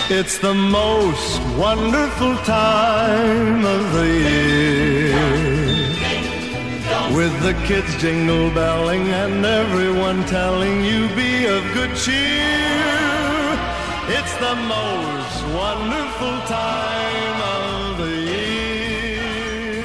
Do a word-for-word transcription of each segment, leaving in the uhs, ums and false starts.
It's the most wonderful time of the year, with the kids jingle belling and everyone telling you be of good cheer. It's the most wonderful time of the year.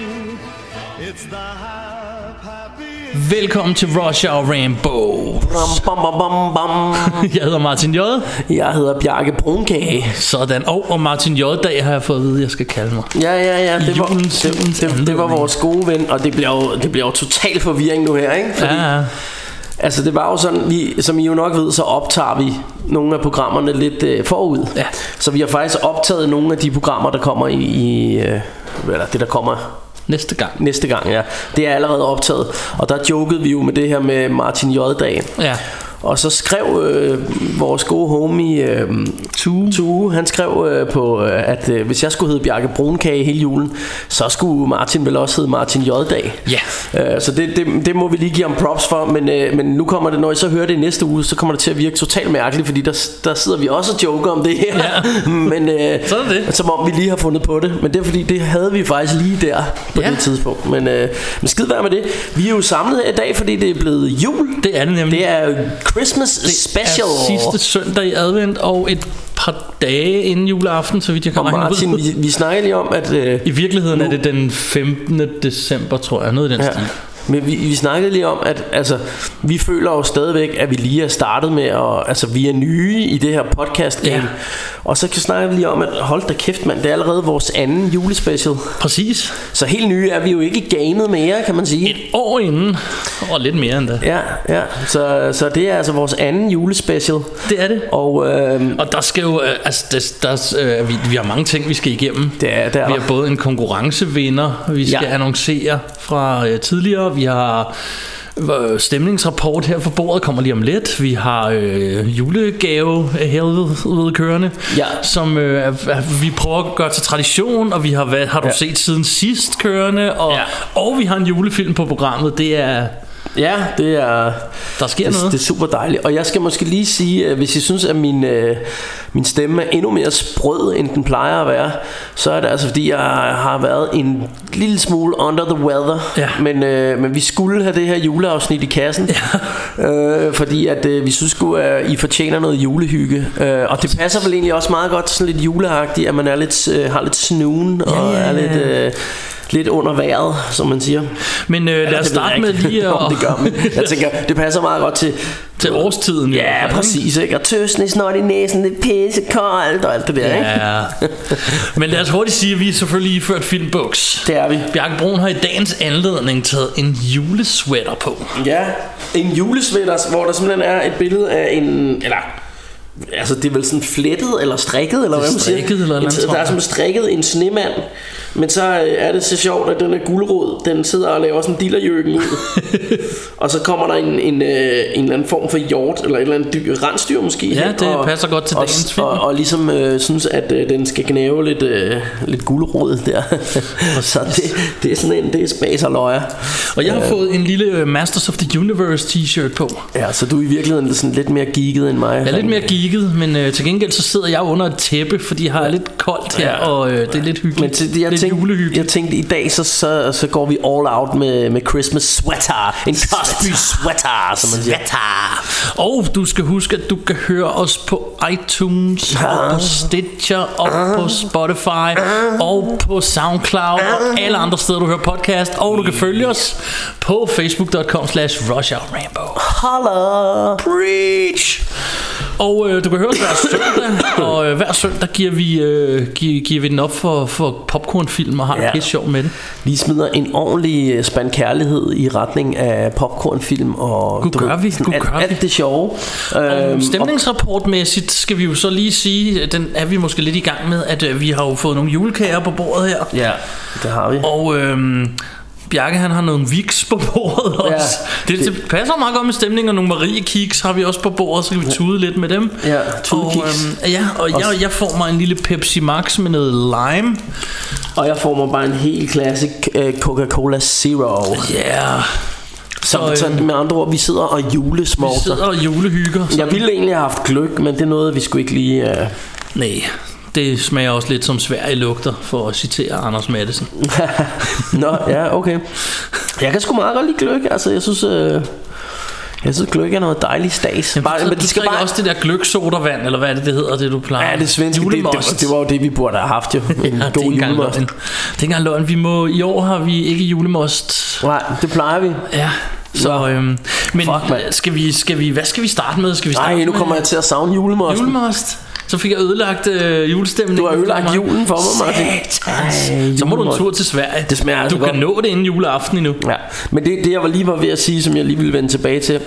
It's the hap- happy. Velkommen til Rush Hour Rambo. Bam, bam, bam, bam. Jeg hedder Martin J. Jeg hedder Bjarke Brunkage. Sådan, og, og Martin J. dag har jeg fået at vide, jeg skal kalde mig. Ja, ja, ja, det var, Julens, det, julens det, det, det var vores gode ven. Og det bliver jo, det bliver jo total forvirring nu her, ikke? Fordi, ja, ja. Altså det var jo sådan, vi, som I jo nok ved, så optager vi nogle af programmerne lidt øh, forud. Ja. Så vi har faktisk optaget nogle af de programmer, der kommer i, i øh, eller det der kommer Næste gang. Næste gang, ja. Det er allerede optaget. Og der jokede vi jo med det her med Martin J-dagen. Ja. Og så skrev øh, vores gode homie øh, Tue. Tue, han skrev øh, på, øh, at øh, hvis jeg skulle hedde Bjarke Brunkage hele julen, så skulle Martin vel også hedde Martin J-dag. Ja. øh, Så det, det, det må vi lige give ham props for. Men, øh, men nu kommer det, når I så hører det i næste uge, så kommer det til at virke totalt mærkeligt, fordi der, der sidder vi også og joker om det her. Ja. Men øh, så er det. som om vi lige har fundet på det. Men det er fordi, det havde vi faktisk lige der på ja. det tidspunkt. Men, øh, men skid være med det. Vi er jo samlet her i dag, fordi det er blevet jul. Det er det nemlig. Det er Christmas special. Det er sidste søndag i advent og et par dage inden juleaften, så vidt jeg kan og regne Martin, ud. vi, vi snakker lige om, at øh, i virkeligheden nu, er det den femtende december, tror jeg, noget i den ja. stil. Men vi, vi snakkede lige om, at altså, vi føler jo stadigvæk, at vi lige er startet med at, altså vi er nye i det her podcast game. Ja. Og så kan vi snakke lige om, at hold da kæft mand, det er allerede vores anden julespecial. Præcis. Så helt nye er vi jo ikke i gamet mere, kan man sige. Et år inden, og lidt mere end det. Ja, ja. Så, så det er altså vores anden julespecial. Det er det. Og, øh, og der skal jo, altså der, der, øh, vi, vi har mange ting, vi skal igennem. Det er, det er. Vi har både en konkurrencevinder, vi skal ja. annoncere fra øh, tidligere. Vi har øh, stemningsrapport her for bordet, kommer lige om lidt. Vi har øh, julegave helvede kørende, ja. som øh, vi prøver at gøre til tradition. Og vi har, hvad har du ja. set siden sidst kørende. Og, ja. og vi har en julefilm på programmet. Det er... Ja, det er der sker det, noget. Det er super dejligt. Og jeg skal måske lige sige, at hvis I synes at min, øh, min stemme er endnu mere sprød end den plejer at være, så er det altså fordi jeg har været en lille smule under the weather. Ja. Men, øh, men vi skulle have det her juleafsnit i kassen, ja. øh, fordi at øh, vi synes sgu at I fortjener noget julehygge. øh, Og det passer vel egentlig også meget godt sådan lidt juleagtigt, at man er lidt, øh, har lidt snuen og ja, ja, ja. er lidt... Øh, lidt under vejret, som man siger. Men øh, lad os starte med lige at... det gør, men jeg tænker, det passer meget godt til... Til årstiden. Ja, ja præcis, ikke? Og tøsen i snot i næsen, det er pissekoldt og alt det der, ja. ikke? Men lad os hurtigt sige, at vi er selvfølgelig iført filmbuks. Det er vi. Bjarke Brun har i dagens anledning taget en julesweater på. Ja, en julesweater, hvor der simpelthen er et billede af en... Eller... Altså det er vel sådan flettet eller strikket eller hvad man siger. Strikket eller noget. Der er som strikket en snemand. Men så er det så sjovt, at den er gulerod, den sidder og laver sådan en dillerjøkken ud. Og så kommer der en, en, en, en eller anden form for hjort eller et eller andet dyr, rensdyr måske. Ja, det og, passer godt til og, dagens film. Og, og, og ligesom øh, synes at øh, den skal gnave lidt, øh, lidt gulerod der. Så det, det er sådan en, det er spas og løjer. Og jeg har øh, fået en lille Masters of the Universe t-shirt på. Ja, så du er i virkeligheden sådan lidt mere geeket end mig. Jeg er lidt mere geeket, men øh, til gengæld så sidder jeg under et tæppe, fordi jeg har lidt koldt her, ja. og øh, det er lidt hyggeligt. Men til, jeg, lidt tænkte, jeg tænkte, i dag så, så, så går vi all out med, med Christmas sweater. En Cosby sweater, som man siger. Sweater. Og du skal huske, at du kan høre os på iTunes, ah. og på Stitcher, og ah. på Spotify, ah. og på SoundCloud, ah. og alle andre steder, du hører podcast. Og du kan følge os på facebook punktum com slash rush hour rambo. Holla. Preach. Og øh, du kan høre os hver søndag. Og øh, hver søndag giver vi, øh, giver, giver vi den op for, for popcornfilm og har ja. det pisse sjovt med det. Vi smider en ordentlig spand kærlighed i retning af popcornfilm og God gør vi, God alt, gør alt det sjove. øhm, Stemningsrapportmæssigt skal vi jo så lige sige, den er vi måske lidt i gang med, at øh, vi har jo fået nogle julekager på bordet her. Ja, det har vi. Og øhm, Bjarke han har nogle Vicks på bordet også. Ja, det, det passer meget godt med stemningen. Og nogle Marie Kiks har vi også på bordet, så kan vi tude lidt med dem. Ja, og, øhm, ja, og jeg, jeg får mig en lille Pepsi Max med noget lime. Og jeg får mig bare en helt classic uh, Coca-Cola Zero. Ja yeah. Så, så, så med andre ord, vi sidder og julesmorter. Vi sidder og julehygger. Jeg ville egentlig have haft gløgg, men det er noget, vi skulle ikke lige... Uh... Nej, det smager også lidt som Sverige lugter, for at citere Anders Matthesen. Nå, ja, okay. Jeg kan sgu meget godt lide gløgg. Altså, jeg synes... Øh Jeg synes, gløgg er noget dejligt stas. Bare, men du skal bare også det der gløggsodavand, eller hvad er det, det hedder, det du plejer? Ja, det svenske, det, det, det var jo det, vi burde have haft jo. En ja, god julemost. Det er ikke engang løgn. Vi må, i år har vi ikke julemost. Nej, det plejer vi. Ja. Så, øhm, men Fuck, skal vi, skal vi, hvad skal vi starte med? Skal vi starte Nej, nu kommer med, jeg til at savne julemosten. Julemost. Så fik jeg ødelagt øh, julestemningen. Du har ødelagt julen for mig, Martin. Ej, så må du en tur til Sverige. Det smager altså Du kan godt. nå det inden juleaften endnu. Ja, men det, det jeg var lige var ved at sige, som jeg lige ville vende tilbage til,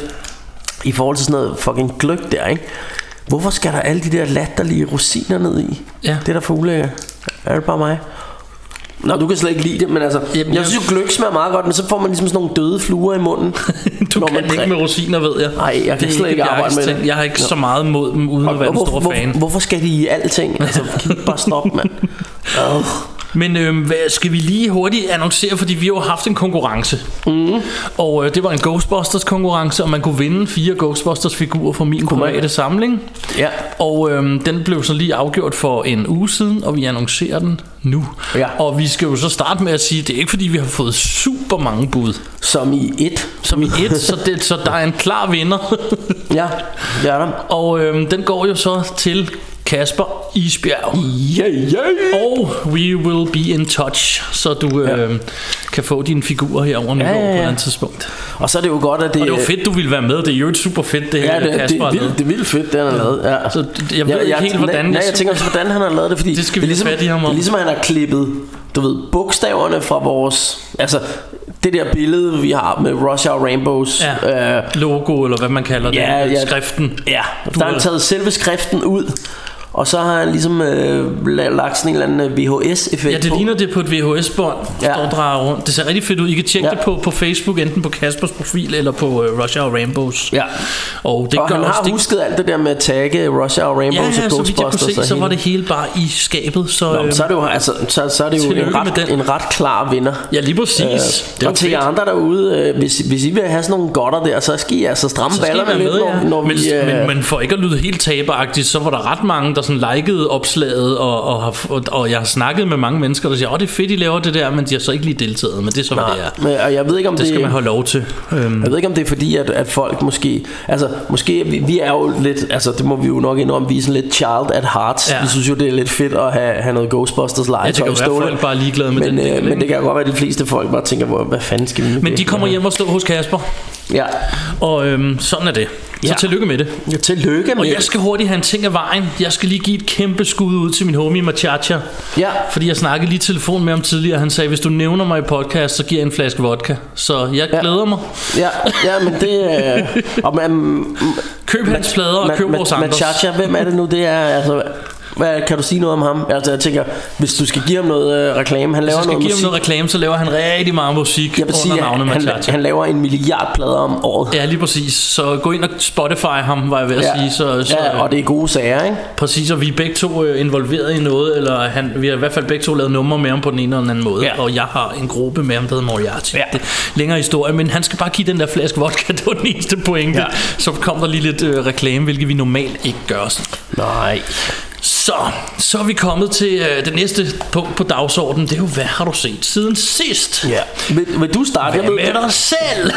i forhold til sådan noget fucking gløgg der, ikke? Hvorfor skal der alle de der latterlige rosiner ned i? Ja. Det er der for ulækkert. Er det bare mig? Nå, du kan slet ikke lide det, men altså Jamen, jeg synes jo gløgg smager meget godt, men så får man ligesom sådan nogle døde fluer i munden. Du kan ikke med rosiner, ved jeg. Nej, jeg kan slet ikke arbejde med det. Jeg har ikke så meget mod dem, uden og, at være en stor hvor, fan. Hvorfor skal de i alting? Altså, kan de bare stoppe, mand? Oh. Men øh, hvad, skal vi lige hurtigt annoncere, fordi vi har jo haft en konkurrence. Mm. Og øh, det var en Ghostbusters konkurrence, og man kunne vinde fire Ghostbusters figurer fra min private samling. Ja. Og øh, den blev så lige afgjort for en uge siden, og vi annoncerer den nu. Ja. Og vi skal jo så starte med at sige, det er ikke fordi vi har fået super mange bud. Som i et. Som i et, så, det, så der er en klar vinder. Ja, det er der. Og øh, den går jo så til Kasper Isbjerg. Yeah, yeah. Og we will be in touch, så du øh, ja. kan få dine figurer her over nytår ja, ja, ja. på et andet tidspunkt. Og så er det jo godt, at det... Og det var fedt, du ville være med. Det er jo super fedt, det ja, her, det, Kasper det, det, det, det er vildt fedt, det han har lavet. Ja. Så jeg ved ja, ikke jeg, helt, hvordan... Nej, jeg, jeg tænker også, hvordan han har lavet det, fordi... Det skal vi det er ligesom, fat i ham om. Det er ligesom, at han har klippet, du ved, bogstaverne fra vores... Altså, det der billede, vi har med Rush Hour Rainbows... Ja. Øh, logo, eller hvad man kalder ja, det. Ja, skriften. Ja, der har han taget selve skriften ud... Og så har han ligesom øh, lagt sådan en eller anden V H S-effekt. Ja, det ligner det på et V H S-bånd, ja. står og drejer rundt. Det ser rigtig fedt ud. I kan tjekke ja. det på, på Facebook, enten på Kaspers profil eller på uh, Rush Hour Rainbows. Ja. Og, det og gør han har også, husket alt det der med at tagge Rush Hour Rainbows ja, ja, og Ghostbusters. Ja, så vidt jeg kunne se, så var det hele bare i skabet. Så, Nå, øh, så er det jo, altså, så, så er det jo en, ret, en ret klar vinder. Ja, lige præcis. Øh, det og til jer andre derude, øh, hvis, hvis I vil have sådan nogle godter der, så skal I altså stramme ballerne lidt, når, når men, vi... Øh, men, men for ikke at lyde helt taberagtigt, så var der ret mange, der sådan likede opslaget, og, og, og, og jeg har snakket med mange mennesker, der siger, åh, oh, det er fedt, I laver det der, men de har så ikke lige deltaget, men det er så, hvad det er. Men, og jeg ved ikke, om det, det skal man have lov til. Um, jeg ved ikke, om det er fordi, at, at folk måske, altså, måske, vi, vi er jo lidt, altså, det må vi jo nok indrømme, vi er sådan lidt child at heart. Ja. Vi synes jo, det er lidt fedt at have, have noget Ghostbusters legetøj stående. Ja, det kan jo være, folk bare er ligeglade med men, den øh, del, men det kan godt være, at de fleste folk bare tænker, hvad fanden skal vi med Men det? de kommer hjem og står hos Kasper. Ja. Og øhm, sådan er det. Så ja. tillykke med det. Ja, tillykke med Og jeg skal hurtigt have en ting af vejen. Jeg skal lige give et kæmpe skud ud til min homie Machacha. Ja. Fordi jeg snakkede lige telefon med ham tidligere. Han sagde, hvis du nævner mig i podcast, så giver jeg en flaske vodka. Så jeg ja. glæder mig. Ja, ja, men det er... Og man, køb hans plader og køb vores andres. Machacha, hvem er det nu? Det er altså... Hvad, kan du sige noget om ham? Altså jeg tænker, hvis du skal give ham noget øh, reklame, han laver noget musik. Hvis jeg skal noget give musik. ham noget reklame, så laver han rigtig meget musik under sige, navnet han, Machacha. Han laver en milliard plader om året. Ja, lige præcis. Så gå ind og Spotify ham, var jeg ved at ja. sige. Så, så, ja, og det er gode sager, ikke? Præcis, og vi er begge to involveret i noget, eller han, vi har i hvert fald begge to lavet numre med ham på den ene eller den anden måde. Ja. Og jeg har en gruppe med ham, der hedder Moriarty. Ja. Det længere historie, men han skal bare give den der flaske vodka, det var den eneste pointe. Ja. Så kom der lige lidt øh, reklame, hvilket vi normalt ikke gør. Nej. Så, så er vi kommet til øh, det næste punkt på dagsordenen. Det er jo, hvad har du set siden sidst? Ja. Vil, vil du starte? Hvad med dig selv?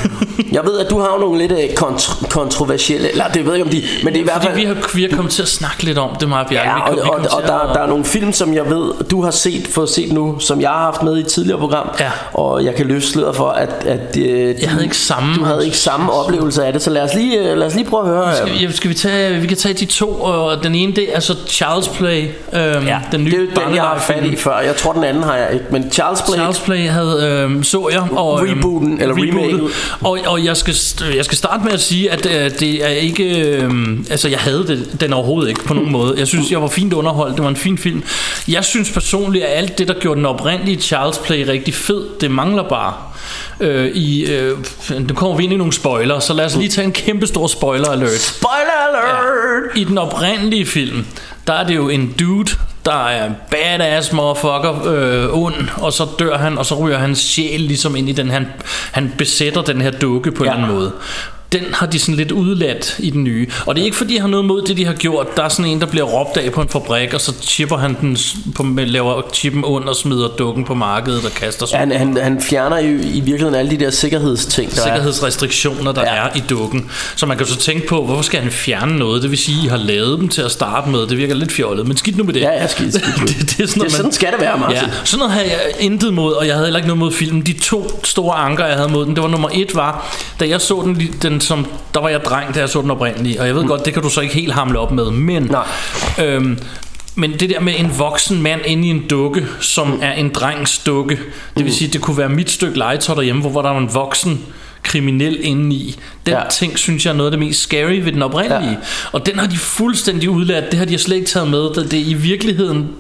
Jeg ved, at du har jo nogle lidt kontro- kontroversielle, eller det ved jeg ikke om de, men det er i hvert fald... vi har, vi har kommet til at snakke lidt om det, Mark. Ja, og, og, og der, at... der er nogle film, som jeg ved, du har set, fået set nu, som jeg har haft med i et tidligere program, ja. Og jeg kan løfte sløret for, at, at uh, jeg du, havde ikke samme, du havde ikke samme oplevelse af det, så lad os lige, lad os lige prøve at høre. Skal, ja, skal vi tage, vi kan tage de to, og den ene, det er så Child's Play, øhm, ja, den nye det er den, jeg har fat i før. Jeg tror, den anden har jeg ikke, men Child's Play... Child's Play havde, øhm, så jeg, og... Øhm, rebooten, eller remaken. Og, og jeg, skal, jeg skal starte med at sige, at øh, det er ikke... Øh, altså, jeg havde det, den overhovedet ikke på nogen måde. Jeg synes, jeg var fint underholdt. Det var en fin film. Jeg synes personligt, at alt det, der gjorde den oprindelige Child's Play rigtig fed, det mangler bare. Øh, i, øh, nu kommer vi ind i nogle spoiler, så lad os lige tage en kæmpe stor spoiler alert. Spoiler alert! Ja. I den oprindelige film, der er det jo en dude, der er badass motherfucker, øh, ond, og så dør han, og så ryger hans sjæl ligesom ind i den, han, han besætter den her dukke på en ja. eller anden måde. den har de sådan lidt udladt i den nye. Og det er ikke fordi jeg har noget mod det de har gjort. Der er sådan en der bliver råbt af på en fabrik, og så chipper han den på, laver chippen under og smider dukken på markedet og kaster sig. Ja, han, han, han fjerner jo i virkeligheden alle de der sikkerhedsting der Sikkerhedsrestriktioner der ja. er i dukken. Så man kan så tænke på, hvorfor skal han fjerne noget? Det vil sige I har lavet dem til at starte med. Det virker lidt fjollet, men skidt nu med det. Ja, ja, skidt, skidt. det, det er sådan, det, sådan skal det være, Martin. Ja, sådan noget havde jeg intet mod, og jeg havde heller ikke noget mod filmen. De to store anker jeg havde mod den, det var nummer et var, da jeg så den, den som, der var jeg dreng, da jeg så den oprindelige, og jeg ved mm. godt, det kan du så ikke helt hamle op med, men øhm, men det der med en voksen mand inde i en dukke, som mm. er en drengs dukke, det vil sige, det kunne være mit stykke legetøj derhjemme, hvor, hvor der var en voksen kriminel inde i. Den ja. ting synes jeg er noget af det mest scary ved den oprindelige. Ja. Og den har de fuldstændig udladt. Det har de slet ikke taget med. Det er i virkeligheden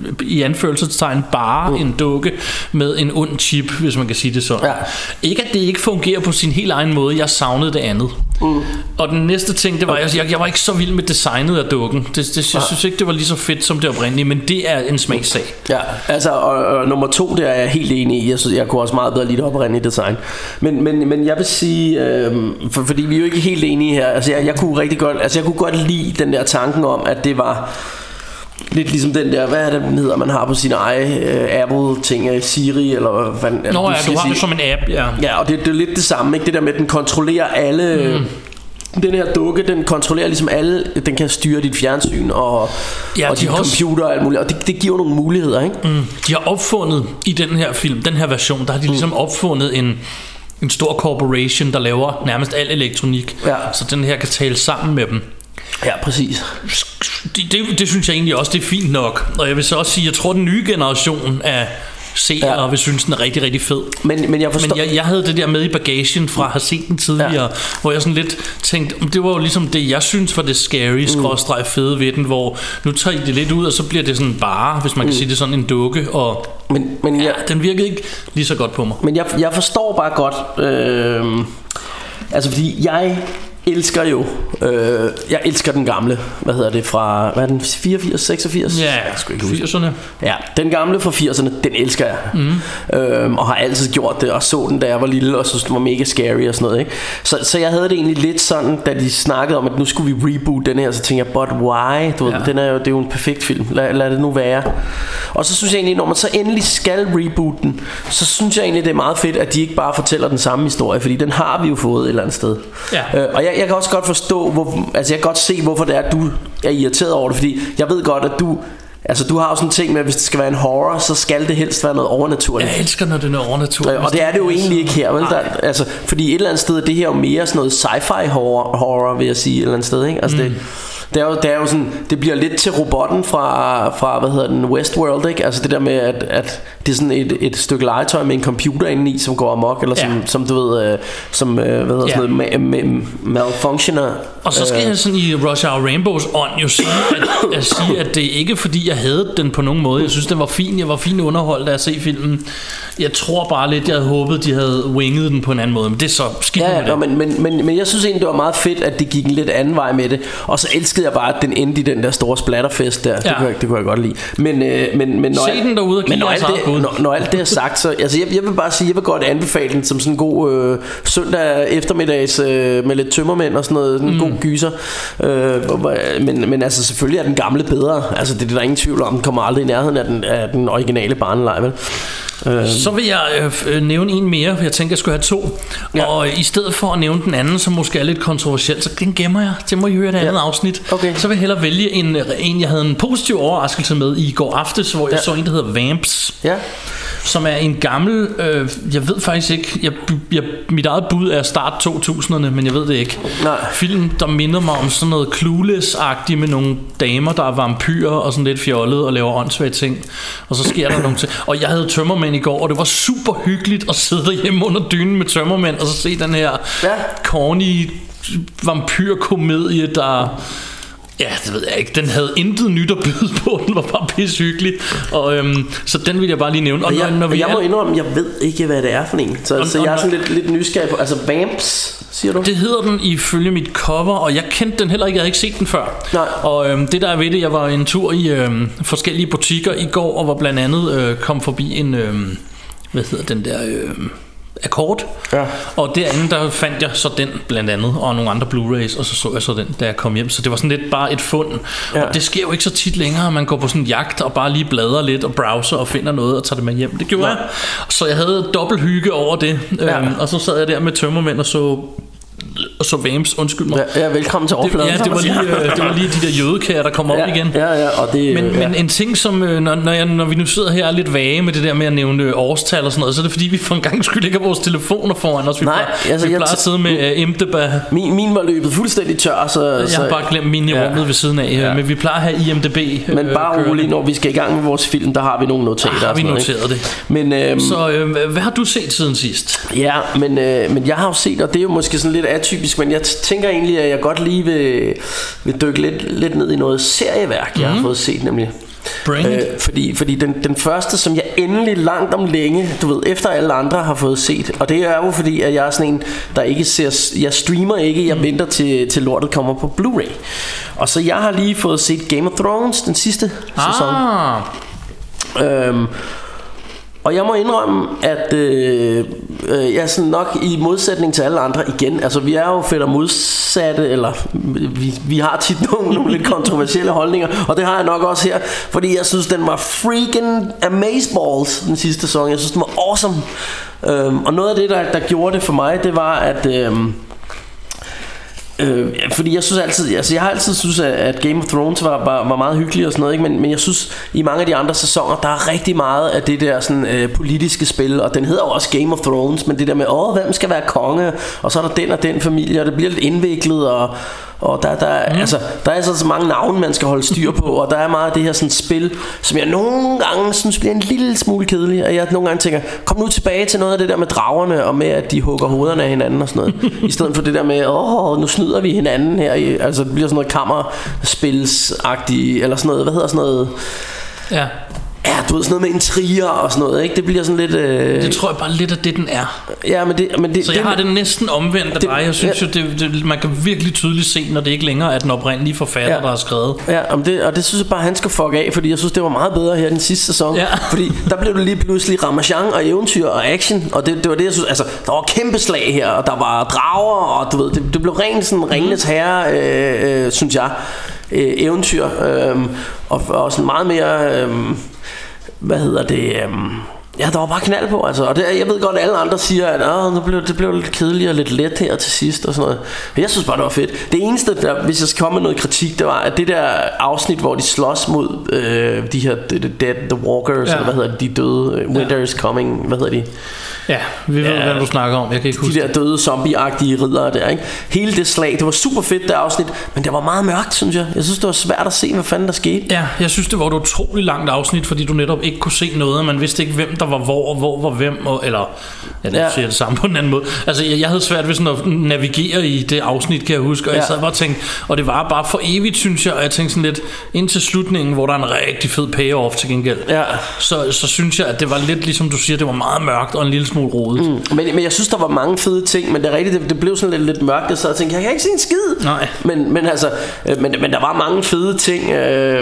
i anførselstegn bare mm. en dukke med en ond chip, hvis man kan sige det sådan. Ja. Ikke at det ikke fungerer på sin helt egen måde. Jeg savnede det andet. Mm. Og den næste ting, det var jeg, jeg var ikke så vild med designet af dukken. Det, det, jeg synes ikke det var lige så fedt som det oprindelige, men det er en smagssag. Ja, altså og, og nummer to, det er jeg helt enig i. Jeg synes jeg kunne også meget bedre lide det oprindelige design. Men men men jeg vil sige, øh, for, fordi vi er jo ikke helt enige her. Altså jeg, jeg kunne rigtig godt, altså jeg kunne godt lide den der tanken om, at det var lidt ligesom den der, hvad er det den hedder, man har på sin egen uh, Apple-ting, Siri, eller hvad Nå ja, du har sige. Det som en app, ja. Ja, og det, det er lidt det samme, ikke? Det der med, at den kontrollerer alle... Mm. Den her dukke, den kontrollerer ligesom alle. Den kan styre dit fjernsyn og, ja, og dit computer og alt muligt. Og det, det giver nogle muligheder, ikke? Mm. De har opfundet i den her film, den her version, der har de mm. ligesom opfundet en en stor corporation, der laver nærmest al elektronik, ja. Så den her kan tale sammen med dem. Ja, præcis. Det, det, det synes jeg egentlig også, det er fint nok. Og jeg vil så også sige, jeg tror den nye generation af seere ja. vil synes den er rigtig, rigtig fed. Men, men jeg forstår... Men jeg, jeg havde det der med i bagagen fra at have set den tidligere, ja. hvor jeg sådan lidt tænkte, det var jo ligesom det, jeg synes var det scary, mm. skråstreg fede ved den, hvor nu tager I det lidt ud, og så bliver det sådan bare, hvis man kan mm. sige det, sådan en dukke, og men, men jeg, ja, den virkede ikke lige så godt på mig. Men jeg, jeg forstår bare godt, øh, altså fordi jeg... elsker jo øh, jeg elsker den gamle, hvad hedder det, fra hvad er den, fireogfirs, seksogfirs? Ja, firserne. Ja, den gamle fra firserne, den elsker jeg. Mm. øhm, Og har altid gjort det, og så den da jeg var lille, og så den var mega scary og sådan noget, ikke? Så, så jeg havde det egentlig lidt sådan, da de snakkede om, at nu skulle vi reboot den her, så tænkte jeg, but why? Du ja. ved, den er jo, det er jo en perfekt film, lad, lad det nu være. Og så synes jeg egentlig, når man så endelig skal reboot den, så synes jeg egentlig, det er meget fedt, at de ikke bare fortæller den samme historie, fordi den har vi jo fået et eller andet sted. Ja. øh, Og jeg Jeg kan også godt forstå, hvor, altså jeg kan godt se, hvorfor det er, at du er irriteret over det, fordi jeg ved godt, at du, altså du har jo sådan en ting med, at hvis det skal være en horror, så skal det helst være noget overnaturligt. Jeg elsker, når det er noget overnaturligt. Og, og det er det jo egentlig ikke her, vel? Der, altså, fordi et eller andet sted er det her jo mere sådan noget sci-fi horror, horror vil jeg sige, et eller andet sted, ikke? Altså mm. det Det er, jo, det er jo sådan, det bliver lidt til robotten fra, fra hvad hedder den, Westworld, ikke? Altså det der med, at, at det er sådan et, et stykke legetøj med en computer indeni, som går amok, eller som, ja. som du ved, øh, som, øh, hvad hedder ja. sådan noget, ma- ma- malfunctioner. Og så skal øh. jeg sådan i Rush Hour Rainbows ånd jo sige at, at sige, at det ikke er fordi, jeg havde den på nogen måde. Jeg synes, den var fin, jeg var fin underholdt af at se filmen. Jeg tror bare lidt, jeg havde håbet, de havde winget den på en anden måde, men det er så skidt ja, med det. Ja, men, men, men, men jeg synes egentlig, det var meget fedt, at det gik en lidt anden vej med det. Og så elskede jeg bare, at den endte i den der store splatterfest der. Ja. Det, kunne jeg, det kunne jeg godt lide. Men, øh, men, men når se den derude og men når, alt det, når, når alt det er sagt, så altså, jeg, jeg vil bare sige, jeg vil godt anbefale den som sådan en god øh, søndag eftermiddags øh, med lidt tømmermænd og sådan noget, sådan en mm. god gyser. Øh, men, men altså selvfølgelig er den gamle bedre. Altså det er der ingen tvivl om. Den kommer aldrig i nærheden af den, af den originale barnelej, vel? Så vil jeg øh, nævne en mere, for jeg tænker, jeg skulle have to. Ja. Og i stedet for at nævne den anden, som måske er lidt kontroversiel, så den gemmer jeg. Det må I høre det andet ja. afsnit. Okay. Så vil jeg hellere vælge en, en, jeg havde en positiv overraskelse med i går aftes, hvor jeg ja. så en, der hedder Vamps. Ja. Som er en gammel, øh, jeg ved faktisk ikke, jeg, jeg, mit eget bud er start to tusinderne, men jeg ved det ikke. Nej. Film, der minder mig om sådan noget Clueless-agtigt med nogle damer, der er vampyrer og sådan lidt fjollet og laver åndssvage ting. Og så sker der nogle ting. Og jeg havde tømmermænd i går, og det var super hyggeligt at sidde derhjemme under dynen med tømmermænd og så se den her ja. corny vampyrkomedie, der... Ja, det ved jeg ikke. Den havde intet nyt at byde på. Den var bare pisse hyggelig. Og øhm, så den vil jeg bare lige nævne. Og jeg, når, når vi jeg er... må indrømme, jeg ved ikke, hvad det er for en. Så, og, så jeg er sådan lidt, lidt nysgerrig på. Altså Vamps, siger du? Det hedder den ifølge mit cover. Og jeg kendte den heller ikke. Jeg havde ikke set den før. Nej. Og øhm, det der er ved det, jeg var en tur i øhm, forskellige butikker i går, og var blandt andet øh, kom forbi en øhm, hvad hedder den der øh, akkord. Ja. Og derinde der fandt jeg så den blandt andet, og nogle andre Blu-rays, og så så jeg så den, da jeg kom hjem. Så det var sådan lidt bare et fund. Ja. Og det sker jo ikke så tit længere. Man går på sådan en jagt og bare lige bladrer lidt og browser og finder noget og tager det med hjem. Det gjorde ja. jeg. Så jeg havde dobbelt hygge over det. Ja. Øhm, og så sad jeg der med tømmermænd og så og så Vamps, undskyld mig. Ja, ja, velkommen til overfladen. Det, ja, det var, lige, øh, det var lige de der jødekærer, der kom op ja, igen. Ja, ja, og det, men, ja. men en ting, som øh, når, når, jeg, når vi nu sidder her er lidt vage med det der med at nævne øh, årstal og sådan noget, så er det fordi, vi for en gang skyld ikke har vores telefoner foran os. Vi Nej, plejer, altså, vi plejer at sidde med øh, M D B. Min, min var løbet fuldstændig tør, så... Jeg så, har bare glemt min i ja. rummet ved siden af, ja. men vi plejer at have I M D B. Øh, men bare roligt, når vi skal i gang med vores film, der har vi nogle notater. Har vi noget, noteret det. Men, øhm, så øh, hvad har du set siden sidst? Ja, men, øh, men jeg har jo set, og det er jo måske sådan lidt atypisk, men jeg tænker egentlig, at jeg godt lige vil, vil dykke lidt, lidt ned i noget serieværk, jeg mm. har fået set nemlig. Øh, fordi fordi den, den første, som jeg endelig langt om længe, du ved, efter alle andre har fået set, og det er jo fordi, at jeg er sådan en, der ikke ser, jeg streamer ikke, jeg mm. venter til, til lortet kommer på Blu-ray. Og så jeg har lige fået set Game of Thrones, den sidste ah. sæson. Øhm, Og jeg må indrømme, at øh, øh, jeg er sådan nok i modsætning til alle andre igen. Altså vi er jo fedt og modsatte, eller vi, vi har tit nogle, nogle lidt kontroversielle holdninger. Og det har jeg nok også her, fordi jeg synes den var freaking amazeballs den sidste sæson. Jeg synes den var awesome. øhm, Og noget af det der, der gjorde det for mig, det var at øhm, Øh, fordi jeg synes altid, altså jeg har altid synes at, at Game of Thrones var, var, var meget hyggelig og sådan noget, ikke? Men, men jeg synes i mange af de andre sæsoner der er rigtig meget af det der sådan øh, politiske spil, og den hedder jo også Game of Thrones, men det der med åh hvem skal være konge, og så er der den og den familie, og det bliver lidt indviklet, og og der der mm. altså der er altså så mange navne man skal holde styr på, og der er meget af det her sådan spil, som jeg nogle gange synes bliver en lille smule kedelig, og jeg nogle gange tænker kom nu tilbage til noget af det der med dragerne og med at de hugger hovederne af hinanden og sådan noget, i stedet for det der med åh nu snyder vi hinanden her i, altså det bliver sådan noget kammerspilsagtigt eller sådan noget, hvad hedder sådan noget, ja. Ja, du ved, sådan noget med intriger og sådan noget, ikke? Det bliver sådan lidt øh... Det tror jeg bare lidt af det den er. Ja, men det, men det Så jeg det, har det næsten omvendt af dig. Jeg synes ja. jo det, det, man kan virkelig tydeligt se, når det ikke længere er den oprindelige forfatter, ja. der har skrevet. Ja, og det, og det synes jeg bare han skal fuck af, fordi jeg synes det var meget bedre her den sidste sæson, ja. Fordi der blev det lige pludselig ramachan og eventyr og action, og det, det var det jeg synes, altså der var kæmpe slag her, og der var drager, og du ved, det, det blev rent sådan Ringenes Herre, øh, øh, synes jeg, øh, eventyr, øh, og, og sådan meget mere øh, hvad hedder det, øhm, ja, der var bare knald på, altså. Og det, jeg ved godt at alle andre siger at åh, nu blev, det blev lidt kedeligt og lidt let her til sidst og sådan noget. Men jeg synes bare det var fedt. Det eneste der, hvis jeg skal komme med noget kritik, det var at det der afsnit hvor de slås mod øh, de her the, the Dead, The Walkers, ja. Eller hvad hedder det, de døde, Winter is Coming, hvad hedder de? Ja, vi ved ja, hvad du snakker om. Jeg kan ikke huske de der døde zombie-agtige riddere der, ikke? Hele det slag, det var super fedt det afsnit, men det var meget mørkt, synes jeg. Jeg synes det var svært at se hvad fanden der skete. Ja, jeg synes det var et utroligt langt afsnit, fordi du netop ikke kunne se noget. Man vidste ikke hvem der var hvor, og hvor var hvem, og, eller ja, det ja. siger det samme på en anden måde. Altså jeg, jeg havde svært ved sådan at navigere i det afsnit, kan jeg huske. Og ja. jeg sad bare og tænkte, og det var bare for evigt, synes jeg. Og jeg tænkte sådan lidt indtil slutningen, hvor der er en rigtig fed payoff til gengæld. Ja. Så, så synes jeg at det var lidt ligesom du siger, det var meget mørkt og en lille smule rodet. Mm, men, men jeg synes der var mange fede ting, men det er rigtigt, det, det blev sådan lidt, lidt mørkt, så jeg tænkte jeg kan ikke se en skid. Nej. Men, men altså øh, men, men der var mange fede ting, øh,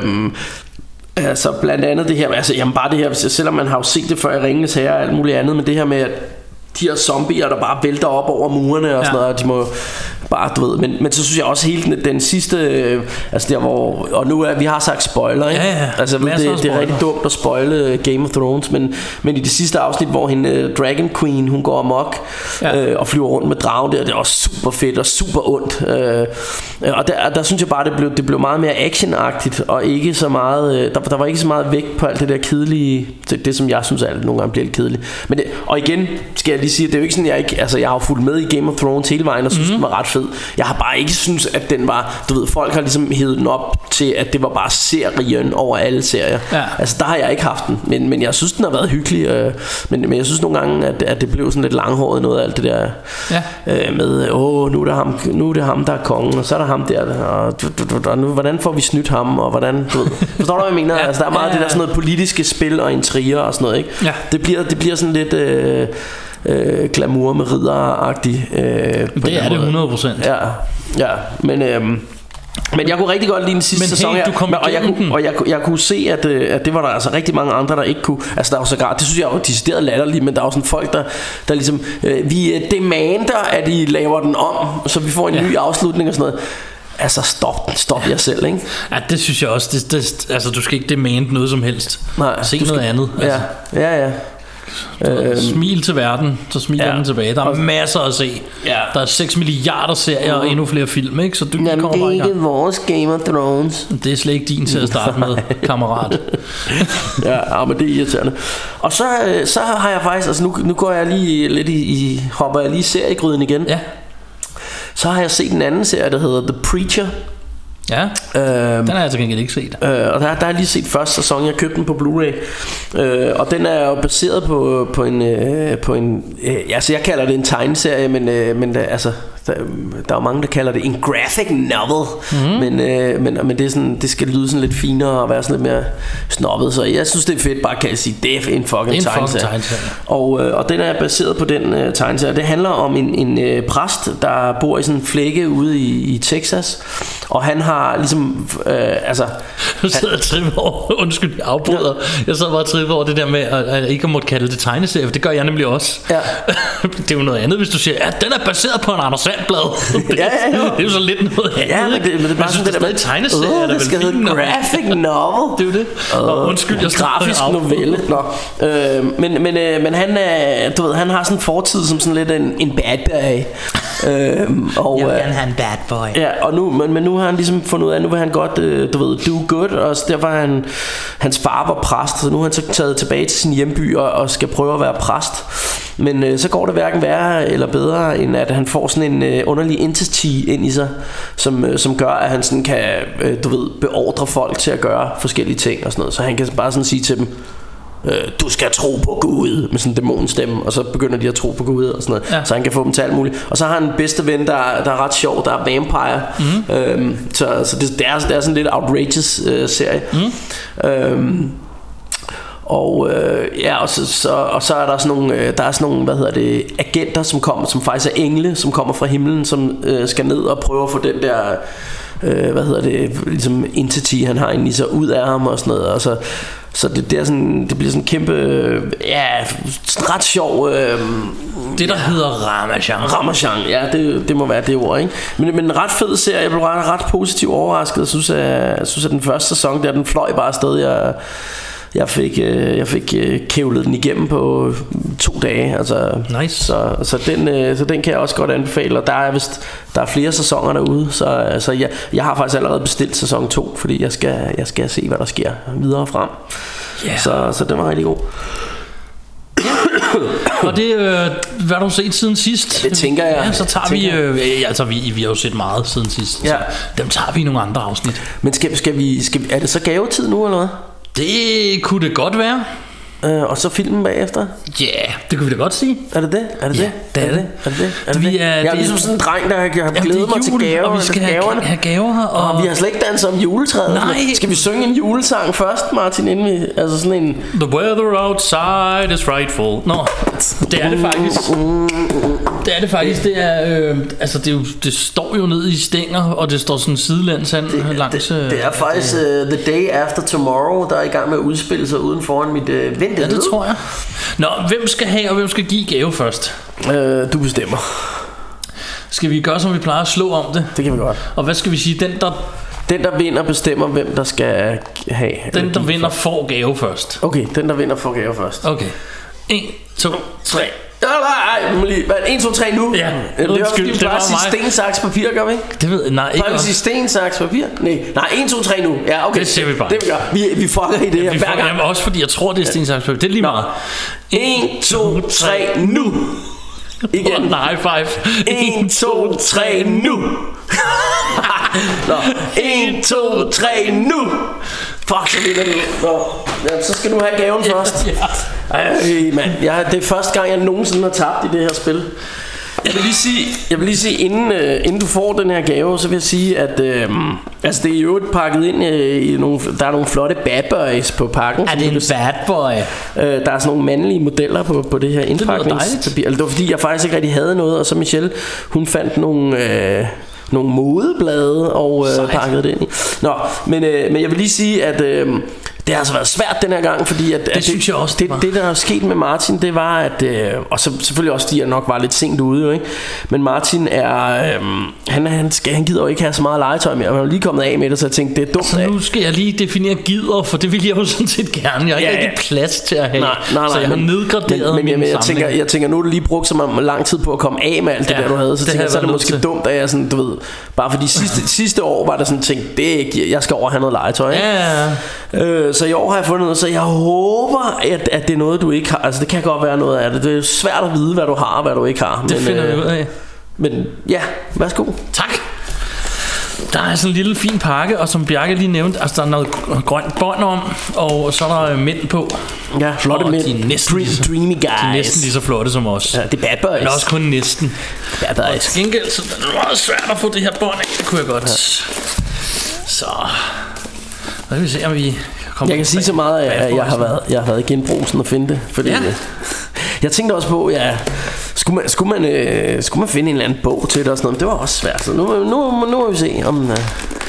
altså blandt andet det her, altså jamen bare det her, selvom man har jo set det før i Ringenes Herre og alt muligt andet, men det her med at de her zombier der bare vælter op over murene og ja. sådan noget, og de må bare, du ved, men, men så synes jeg også hele den, den sidste, øh, altså der hvor, og nu er vi har sagt spoiler, ikke? Ja, ja. Altså det, det er rigtig dumt at spoile Game of Thrones, men, men i det sidste afsnit, hvor hende Dragon Queen, hun går amok ja. øh, og flyver rundt med dragen der, det er også super fedt og super ondt, øh, og der, der synes jeg bare det blev, det blev meget mere actionagtigt og ikke så meget, øh, der, der var ikke så meget vægt på alt det der kedelige, det, det som jeg synes alt nogle gange bliver lidt kedeligt, men det, og igen skal jeg lige sige, det er jo ikke sådan jeg ikke, altså jeg har jo fulgt med i Game of Thrones hele vejen og synes mm-hmm. den var ret fed. Jeg har bare ikke synes at den var, du ved, folk har ligesom hævet den op til at det var bare serien over alle serier. Ja. Altså der har jeg ikke haft den, men, men jeg synes den har været hyggelig, øh, men, men jeg synes nogle gange at, at det blev sådan lidt langhåret noget af alt det der ja. øh, med åh nu er det ham, nu er det ham der er kongen, og så er der ham der, og, og nu, hvordan får vi snydt ham, og hvordan, du ved, forstår du hvad jeg mener? Ja. Altså der er meget ja, ja, ja. det der sådan noget politiske spil og intriger og sådan noget, ikke? Ja. Det bliver det bliver sådan lidt øh, Øh, glamour med ridder-agtig, øh, det er det hundrede procent. Ja, ja, men øhm, Men jeg kunne rigtig godt lide den sidste Men hey, sæson her, du kom og, jeg igennem kunne, den. og jeg, jeg kunne se at, øh, at det var der altså rigtig mange andre der ikke kunne. Altså der var sågar, det synes jeg var decideret latterligt, men der er jo sådan folk der, der ligesom øh, vi øh, demander at I laver den om, så vi får en ja. ny afslutning og sådan noget. Altså stop, stop jer selv, ikke? Ja, det synes jeg også. Det, det, altså du skal ikke demand noget som helst. Nej, se noget skal, andet. Altså. Ja, ja, ja. Øhm, Smil til verden, så smiler ja. den tilbage. Der er masser at se. Ja. Der er seks milliarder serier og endnu flere film, ikke? Så du Jamen, kommer det er bare i gang. ikke vores Game of Thrones. Det er slet ikke din til at starte med, kammerat. Ja, men det er irriterende. Og så, så har jeg faktisk, altså nu, nu går jeg lige lidt i, i hopper jeg lige i seriegryden igen. Ja. Så har jeg set en anden serie, der hedder The Preacher. Ja, øhm, den har jeg til gengæld ikke set. øh, Og der, der har jeg lige set første sæson. Jeg købte den på Blu-ray, øh, og den er jo baseret på, på en, øh, på en øh, altså jeg kalder det en tegneserie, men, øh, men der, altså, der, der er jo mange der kalder det en graphic novel, mm-hmm. men, øh, men, men det, er sådan, det skal lyde sådan lidt finere og være sådan lidt mere snobbet. Så jeg synes det er fedt, bare kan jeg sige, det er en fucking tegneserie. tegneserie og, øh, og den er baseret på den øh, tegneserie. Det handler om en, en øh, præst, der bor i sådan en flække ude i, i Texas, og han har ligesom øh, altså jeg sidder og trippe over, undskyld jeg afbryder, jeg sidder bare og trippe over det der med at, at ikke måtte kalde det tegneserie, for det gør jeg nemlig også. Ja. Det er jo noget andet hvis du siger, at den er baseret på en Anders Sand-blad. det, ja, ja, det er jo så lidt noget andet. Ja, men det, men det er bare sådan det der med tegneserie, uh, det skal hedde graphic novel. Det er jo det. Uh, og undskyld jeg grafisk novelle. Nå. Øh, men men øh, men han er, du ved, han har sådan en fortid som sådan lidt en en bad boy. øh, og jeg vil gerne have en bad boy. Ja, og nu men, men nu har han ligesom fundet ud af, nu vil han godt, øh, du ved, do good, og derfor er han, hans far var præst, så nu har han så taget tilbage til sin hjemby og, og skal prøve at være præst. Men øh, så går det hverken værre eller bedre, end at han får sådan en øh, underlig entity ind i sig, som, øh, som gør, at han sådan kan, øh, du ved, beordre folk til at gøre forskellige ting og sådan noget. Så han kan bare sådan sige til dem, du skal tro på Gud, med sådan en dæmonstemme, og så begynder de at tro på Gud og sådan noget, ja. Så han kan få dem til alt muligt. Og så har han en bedste ven, der, der er ret sjov, der er vampire. Mm-hmm. øhm, Så, så det, det, er, det er sådan lidt outrageous øh, serie. Mm. øhm, Og øh, ja, og så, så, og så er der sådan nogle, øh, der er sådan nogle, hvad hedder det, agenter, som kommer, som faktisk er engle, som kommer fra himlen, som øh, skal ned og prøve at få den der, øh, hvad hedder det, ligesom entity, han har inde i sig, ud af ham og sådan noget. Og så Så det, det, er sådan, det bliver sådan en kæmpe, ja, ret sjov øh, det der ja, hedder Ramachan. Ramachan, ja, det, det må være det ord, ikke? Men, men en ret fed serie. Jeg blev ret, ret positivt overrasket. Jeg synes, at, jeg synes, at den første sæson der, den fløj bare afsted. Jeg, jeg fik, jeg fik kævlet den igennem på to dage. Altså, nice. Så, så, den, så den kan jeg også godt anbefale. Og der er vist der er flere sæsoner derude. Så altså, jeg, jeg har faktisk allerede bestilt sæson to, fordi jeg skal, jeg skal se, hvad der sker videre frem. Yeah. Så, så den var rigtig god. Og det, øh, hvad har du set siden sidst? Ja, det tænker jeg. Ja, så tager vi, øh, altså vi, vi har jo set meget siden sidst. Ja. Dem tager vi i nogle andre afsnit. Men skal, skal vi, skal vi, er det så gavetid nu eller hvad? Det kunne det godt være. Øh, og så filmen bagefter? Ja, yeah, det kunne vi da godt sige. Er det det? Er det ja, det? det er, er det. det? Er det det? Er det vi det? er, jeg er ligesom sådan en dreng, der har glædet mig til gaver, og vi skal have, have gaver her, og... og vi har slet ikke danset om juletræet. Nej. Skal vi synge en julesang først, Martin, inden vi, altså sådan en... The weather outside is frightful. Nå, det er det faktisk. Det er det faktisk. Det er øh, altså det, er jo, det står jo nede i stænger, og det står sådan sidelæns hen langs. Det, det er faktisk uh, The Day After Tomorrow, der er i gang med at udspille sig uden foran mit uh, vindue. Ja, det tror jeg. Nå, hvem skal have og hvem skal give gave først? Øh, du bestemmer. Skal vi gøre som vi plejer at slå om det? Det kan vi godt. Og hvad skal vi sige? Den der Den der vinder bestemmer hvem der skal have. Den der vinder først. Får gave først. Okay, den der vinder får gave først. Okay. en, to, tre. Nej, nej, lige. en, to, tre nu. Ja, det var undskyld, det var sige sten, saks, papir, gør vi ikke? Det ved jeg, nej, ikke. Bare sige sten, saks, papir. Nej, nej, en, to, tre nu. Ja, okay. Det ser vi bare. Det vi gør. Vi vi fucker i det her hver gang. Jamen også fordi jeg tror det er sten, saks, papir. Det er lige meget. en, to, tre nu. Igen. En high five. en, to, tre nu. Nå, en, to, tre nu. Fuck, så vinder du. Nå, ja, så skal du have gaven først. Ej, mand, jeg, det er første gang jeg nogensinde har tabt i det her spil. Jeg vil lige sige, jeg vil lige sige inden, øh, inden du får den her gave, så vil jeg sige at øh, altså det er jo pakket ind øh, i nogle, der er nogle flotte bad boys på pakken. Er det en bad boy? Øh, der er sådan nogle mandlige modeller på, på det her indpakningspapir. Det var fordi jeg faktisk ikke rigtig havde noget, og så Michelle, hun fandt nogle øh, nogle modeblade og øh, pakket det ind i. Nå, men, øh, men jeg vil lige sige, at øh, det har altså været svært den her gang, fordi at, det, at synes jeg også det, det, det der er sket med Martin, det var at øh, og så selvfølgelig også de, jeg nok var lidt sent ude jo, ikke? Men Martin er øh, han, han, skal, han gider jo ikke have så meget legetøj mere. Han er lige kommet af med det, så jeg tænkte, det er dumt. Så nu skal jeg lige definere gider, for det vil jeg jo sådan set gerne. Jeg har ikke ja, ja. rigtig plads til at have, nej, nej, nej, så jeg har men, nedgraderet men, men, min men jeg, tænker, jeg tænker, nu har du lige brugt så lang tid på at komme af med alt det ja, der du havde. Så det tænker jeg, så er det måske til. dumt, at jeg sådan, du ved, bare fordi sidste, sidste år var der sådan tænkt, det er ikke, jeg skal over have noget legetøj, ikke? Ja, ja. Øh, så i år har jeg fundet noget, så jeg håber at, at det er noget du ikke har. Altså det kan godt være noget af det. Det er svært at vide hvad du har og hvad du ikke har. Det men, finder øh, vi ud af. Men ja, værsgo. Tak. Der er sådan en lille fin pakke, og som Bjarke lige nævnte, altså der er noget grønt bånd om, og så er der mænd på. Ja, flotte mænd. De er næsten, Dream, dreamy guys. de er næsten lige så flotte som os. Ja, det er bad boys. Men også kun næsten. Bad boys. Og til gengæld, så er det meget svært at få det her bånd af. Det kunne jeg godt. Ja. Så lad os se, om vi kommer. Jeg kan sige så meget, at jeg har været, jeg har været i genbrugsen og finde det, fordi ja. Jeg tænkte også på, ja, skulle man, skulle man, øh, skulle man finde en eller anden bog til det og sådan noget, men det var også svært. Så nu, nu, nu må vi se, om øh,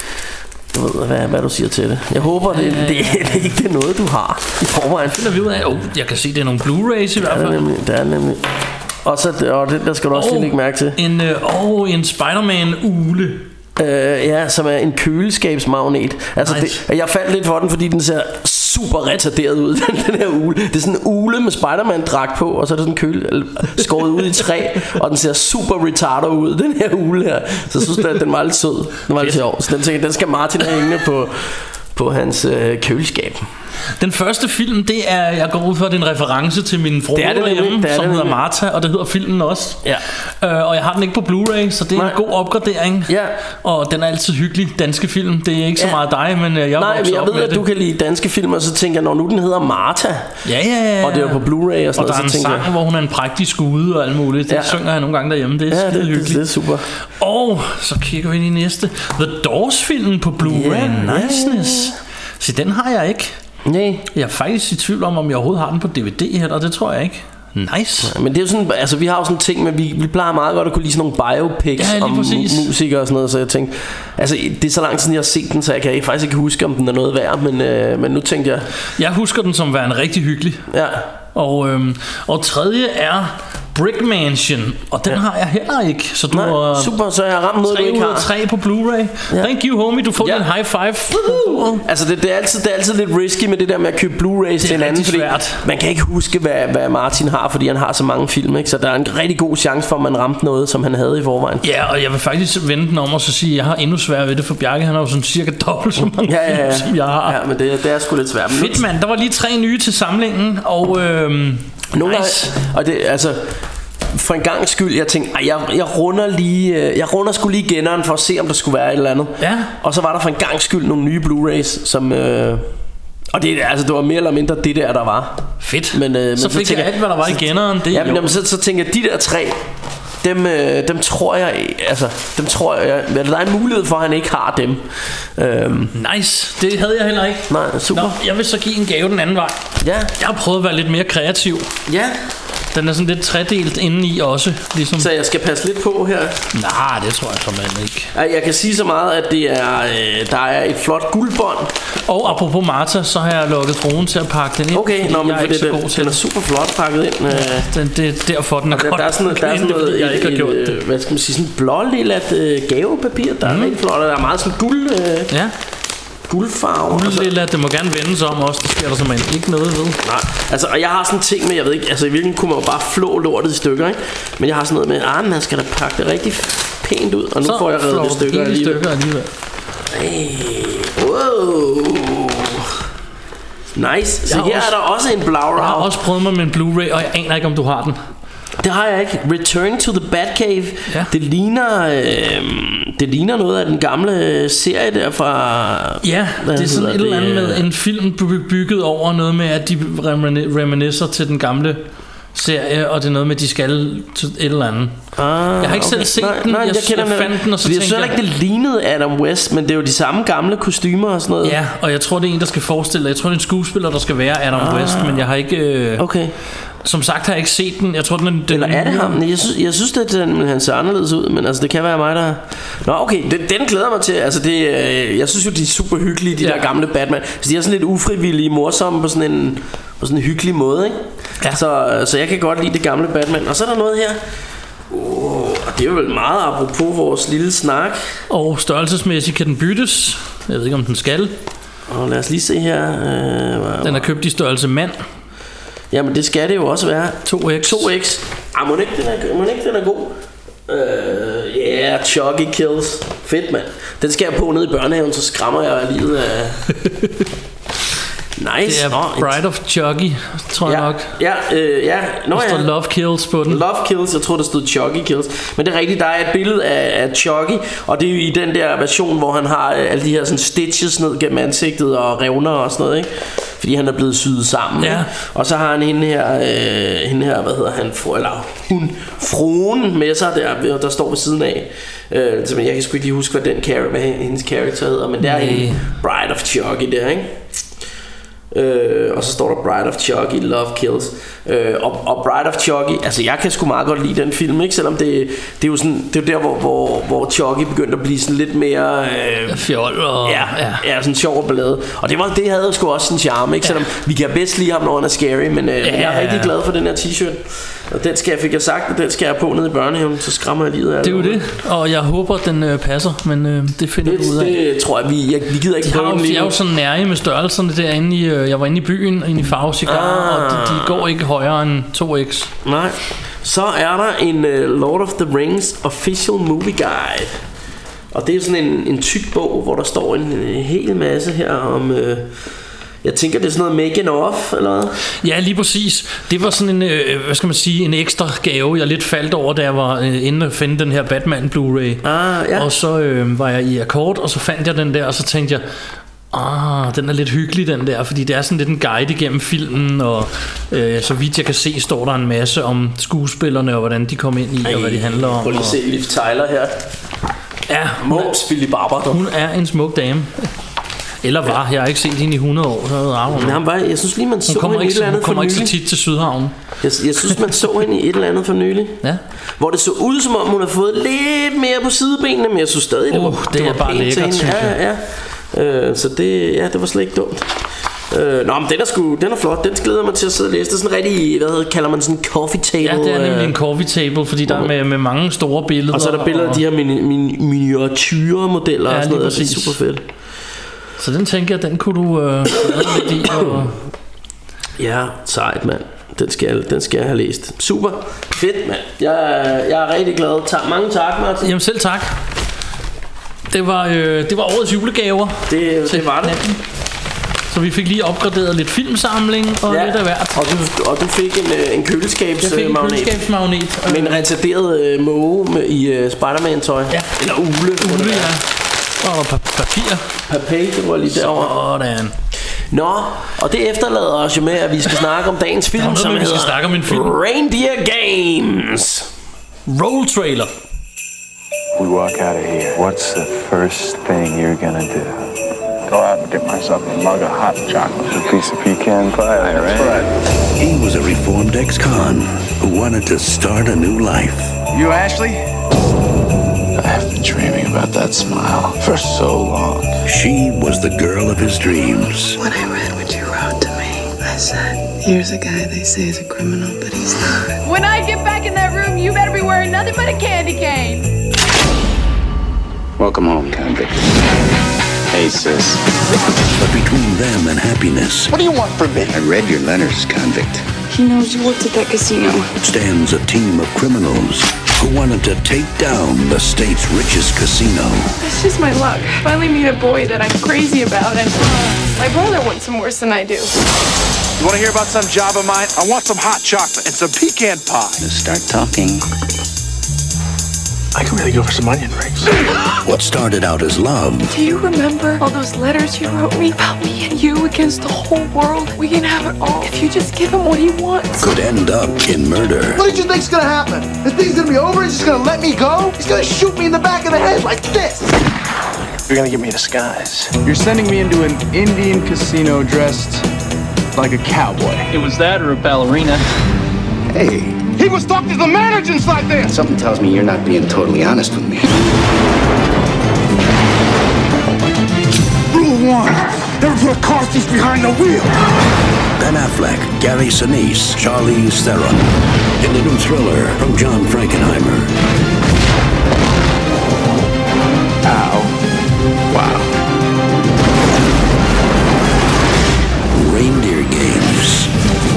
du ved, hvad, hvad du siger til det. Jeg håber, det, det, det, det ikke det er noget, du har i forvejen. Finder vi ud af, oh, jeg kan se, det er nogle Blu-rays i hvert fald. Det er nemlig, det er nemlig. Og så, og det der skal du også lige lægge mærke til. En, øh, oh, en Spider-Man-ule. Øh, ja, som er en køleskabsmagnet. Altså nice. det, jeg faldt lidt for den, fordi den ser super retarderet ud, den, den her ule. Det er sådan en ule med Spider-Man-dragt på, og så er det sådan en køle skåret ud i træ, og den ser super retarder ud, den her ule her. Så jeg synes, at den var lidt sød. Den var lidt sjov. Så den tænker, den skal Martin have hængende på, på hans øh, køleskab. Den første film, det er, jeg går ud for, det er en reference til min frue derhjemme, som hedder Martha, og det hedder filmen også. Ja. øh, Og jeg har den ikke på Blu-ray, så det er Nej. en god opgradering. Ja. Og den er altid hyggelig, danske film. Det er ikke så ja. meget dig, men jeg Nej, men jeg ved, at det. Du kan lide danske film, og så tænker jeg, når nu den hedder Martha, ja, ja, ja. og det er på Blu-ray og sådan og noget, og der er en så sang, jeg, hvor hun er en prægtig skude og alt muligt. Det ja. synger jeg nogle gange derhjemme. Det er ja, skide det, hyggeligt. Det, det er super. Og så kigger vi ind i næste The Doors-filmen på Blu-ray. Yeah, Niceness. Så den har jeg ikke. Nej. Jeg er faktisk i tvivl om, om jeg overhovedet har den på D V D her, og det tror jeg ikke. Nice. Ja, men det er jo sådan, altså vi har jo sådan ting med, vi, vi plejer meget godt at kunne lide sådan nogle biopics ja, om mu- musikere og sådan noget, så jeg tænkte, altså det er så lang tid siden jeg har set den, så jeg kan ikke, faktisk ikke huske, om den er noget værd, men, øh, men nu tænkte jeg... Jeg husker den som værende rigtig hyggelig. Ja. Og, øhm, og tredje er Brick Mansion, og den ja. har jeg heller ikke. Så du Nej, har super, så jeg har ramt noget, du ikke har. tre på Blu-ray. Ja. Thank you, homie, du får ja. en high five. Uh-huh. Altså det, det, er altid, det er altid lidt risky med det der med at købe Blu-rays til en anden, fordi svært. Man kan ikke huske, hvad, hvad Martin har, fordi han har så mange film, ikke? Så der er en rigtig god chance for, at man ramte noget, som han havde i forvejen. Ja, og jeg vil faktisk vende den om og så sige, at jeg har endnu sværere ved det, for Bjarke han har jo sådan cirka dobbelt så mange ja, ja, ja. film, som jeg har. Ja, men det, det er sgu lidt svært. Fedt, mand. Der var lige tre nye til samlingen, og øhm, nogle nice. gange, og det, altså for en gang skyld, jeg tænkte, jeg, jeg runder lige, jeg runder skulle lige generen for at se, om der skulle være et eller andet. Ja. Og så var der for en gang skyld nogle nye Blu-rays, som, øh, og det, altså, det var mere eller mindre det der, der var. Fedt. Men, øh, men så fik så jeg alt, hvad der var i generen. Det ja, men jamen, så, så tænker jeg, de der tre, dem, øh, dem tror jeg, altså, dem tror jeg, der er en mulighed for, at han ikke har dem. Øhm. Nice, det havde jeg heller ikke. Nej, super. Nå, jeg vil så give en gave den anden vej. Ja. Jeg har prøvet at være lidt mere kreativ. Ja. Den er sådan lidt tredelt indeni også, ligesom. Så jeg skal passe lidt på her? Nej, det tror jeg såmænd ikke. Jeg kan sige så meget, at det er, øh, der er et flot guldbånd. Og apropos Martha, så har jeg lukket fruen til at pakke den ind. Okay, nå, men jeg er ikke så god den, til den er super flot pakket ind. Ja, den, det er derfor, den er der, godt. Der er sådan, der er sådan noget, jeg ikke har gjort det. Hvad skal man sige, sådan blålillet øh, gavepapir, der mm. er rigtig flot, og der er meget sådan guld... Øh, ja. Guldfarve. Guldlilla, det må gerne vendes om også. Det sker der simpelthen ikke noget ved. Nej, altså, og jeg har sådan en ting med, jeg ved ikke, altså i virkeligheden kunne man jo bare flå lortet i stykker, ikke? Men jeg har sådan noget med, ah, man skal da pakke det rigtig pænt ud, og nu så får jeg reddet det stykker alligevel. stykker alligevel. Hey, wow. Nice, så her også, er der også en Blu-ray. Jeg har også prøvet mig med en Blu-ray, og jeg aner ikke, om du har den. Det har jeg ikke. Return to the Batcave. Ja. Det ligner øh, det ligner noget af den gamle serie der fra. Ja, det er sådan et eller andet med en film bygget over noget med at de reminiscer til den gamle serie, og det er noget med at de skal til et eller andet. Ah, jeg har ikke okay. selv set nej, den. nej, jeg, jeg, kender jeg fandt den, og så jeg tænkte jeg ikke det lignede Adam West, men det er jo de samme gamle kostymer og sådan noget. Ja, og jeg tror det er en der skal forestille. Jeg tror det er en skuespiller der skal være Adam ah, West, men jeg har ikke øh, okay. Som sagt har jeg ikke set den. Jeg tror den er den Eller er det ham? Jeg synes, jeg synes det den, han ser anderledes ud. Men altså det kan være mig der. Nå okay, den, den glæder mig til. Altså det, øh, jeg synes jo de er super hyggelige, de ja. der gamle Batman. Så de er sådan lidt ufrivillige, morsomme på sådan en, på sådan en hyggelig måde, ikke? Ja. Så, så jeg kan godt lide det gamle Batman. Og så er der noget her. Oh, det er vel meget apropos vores lille snak. Og størrelsesmæssigt kan den byttes. Jeg ved ikke om den skal. Og lad os lige se her. øh, Den er købt i størrelse mand. Jamen det skal det jo også være. to x to x. Ah, må ikke den er, må ikke den er god. Uh, yeah, Chucky kills. Fedt, mand. Den skal jeg på ned i børnehaven, så skræmmer jeg livet af. Nice. Det er Nå, Bride of Chucky, tror jeg ja, nok. Ja, øh, ja. Nå, der står ja. Love Kills på den. Love Kills, jeg tror der stod Chucky Kills. Men det er rigtigt, der er et billede af, af Chucky. Og det er jo i den der version, hvor han har alle de her sådan stitches ned gennem ansigtet og revner og sådan noget, ikke? Fordi han er blevet syet sammen, ja. Og så har han hende her, øh, hende her, hvad hedder han, fru, eller hun, fruen med sig der, der står ved siden af. øh, Jeg kan sgu ikke lige huske, hvad den character, hvad hendes character hedder. Men det er en Bride of Chucky der, ikke? Øh, og så står der Bride of Chucky, Love Kills. øh, og, og Bride of Chucky, altså jeg kan sgu meget godt lide den film, ikke? Selvom det, det er jo sådan, det er jo der hvor, hvor, hvor Chucky begyndte at blive sådan lidt mere øh, fjol og ja, ja. ja, sådan sjov og ballade. Og det, var, det havde sgu også en charme, ikke? Selvom ja. vi kan bedst lide ham, når han er scary. Men, øh, ja, men jeg er rigtig glad for den her t-shirt. Og den skal jeg, fik jeg sagt, at den skal jeg på nede i børnehaven. Så skræmmer jeg livet af det. Det er jo det. Og jeg håber den øh, passer. Men øh, det finder det, du ud af. Det tror jeg, vi, jeg, vi gider ikke prøve den lige. Jeg er jo sådan nærige med størrelserne derinde i, øh, jeg var inde i byen, inde i Farve Cigar, ah. og de, de går ikke højere end to x. Nej. Så er der en uh, Lord of the Rings Official Movie Guide. Og det er sådan en, en tyk bog, hvor der står en, en hel masse her om... Uh, jeg tænker, det er sådan noget making of, eller hvad? Ja, lige præcis. Det var sådan en, øh, hvad skal man sige, en ekstra gave, jeg lidt faldt over, da jeg var øh, inde og finde den her Batman Blu-ray. Ah, ja. Og så øh, var jeg i akkord, og så fandt jeg den der, og så tænkte jeg, ah, den er lidt hyggelig den der, fordi det er sådan lidt en guide igennem filmen, og øh, så vidt jeg kan se, står der en masse om skuespillerne, og hvordan de kom ind i, Ej, og hvad de handler om. Prøv lige at se Liv Tyler her. Ja, Mums Philip Barber. Hun er en smuk dame. Eller var, jeg har ikke set hende i hundrede år. Så ja, han var, jeg synes lige man så hende i et eller andet. Hun kommer ikke så tit til Sydhavn. jeg, jeg synes man så hende i et eller andet for nylig, ja. Hvor det så ud som om hun har fået lidt mere på sidebenene. Men jeg synes stadig det uh, var, det, det er var bare lækkert, synes jeg. Ja, ja. Øh, så det, ja, det var slet ikke dumt. Øh, nå, men den er sgu, den er flot. Den glæder mig til at sidde og læse. Det er sådan rigtig, hvad hedder, kalder man sådan en coffee table. Ja, det er nemlig en coffee table, fordi der er med, med mange store billeder. Og så er der billeder af de her mini, mini, miniatyre-modeller, ja, og sådan noget. Det er super fedt. Så den tænker jeg, den kunne du øh, lidt i og... Ja, sejt, mand. Den skal, den skal jeg have læst. Super, fedt, mand. Jeg, jeg er rigtig glad. Tak, mange tak, Martin. Jamen selv tak. Det var, øh, det var årets julegaver. Det, det var det. Natten. Så vi fik lige opgraderet lidt filmsamling og ja, lidt af hvert. Og du, og du fik en, en køleskabsmagnet. Jeg fik en køleskabsmagnet. Med en retarderet øh, måge med, i øh, Spider-Man-tøj. Ja. Eller ule. Ule, ja. Og der papir. Papir, det var lige derovre. Sådan. Nå, og det efterlader os jo med, at vi skal snakke om dagens film, noget, som vi hedder skal snakke om en film. Reindeer Games. Roll trailer. We walk out of here. What's the first thing you're gonna do? Go out and get myself a mug of hot chocolate, a piece of pecan pie. All right. He was a reformed ex-con who wanted to start a new life. You Ashley? I have been dreaming about that smile for so long. She was the girl of his dreams. When I read what you wrote to me, I said, here's a guy they say is a criminal, but he's not. When I get back in that room, you better be wearing nothing but a candy cane. Welcome home, convict. Hey, sis. But between them and happiness... What do you want from me? I read your letters, convict. He knows you worked at that casino. ...stands a team of criminals who wanted to take down the state's richest casino. It's just my luck. Finally meet a boy that I'm crazy about, and my brother wants him worse than I do. You want to hear about some job of mine? I want some hot chocolate and some pecan pie. Let's start talking. I can really go for some onion rings. What started out as love... Do you remember all those letters you wrote me about me and you against the whole world? We can have it all if you just give him what he wants. ...could end up in murder. What did you think's gonna happen? This thing's gonna be over? He's just gonna let me go? He's gonna shoot me in the back of the head like this! You're gonna give me a disguise. You're sending me into an Indian casino dressed like a cowboy. It was that or a ballerina. Hey. He was talking to the manager inside there. Something tells me you're not being totally honest with me. Rule one. Never put a car seat behind the wheel. Ben Affleck, Gary Sinise, Charlize Theron. In the new thriller from John Frankenheimer. Ow. Wow. Reindeer Games.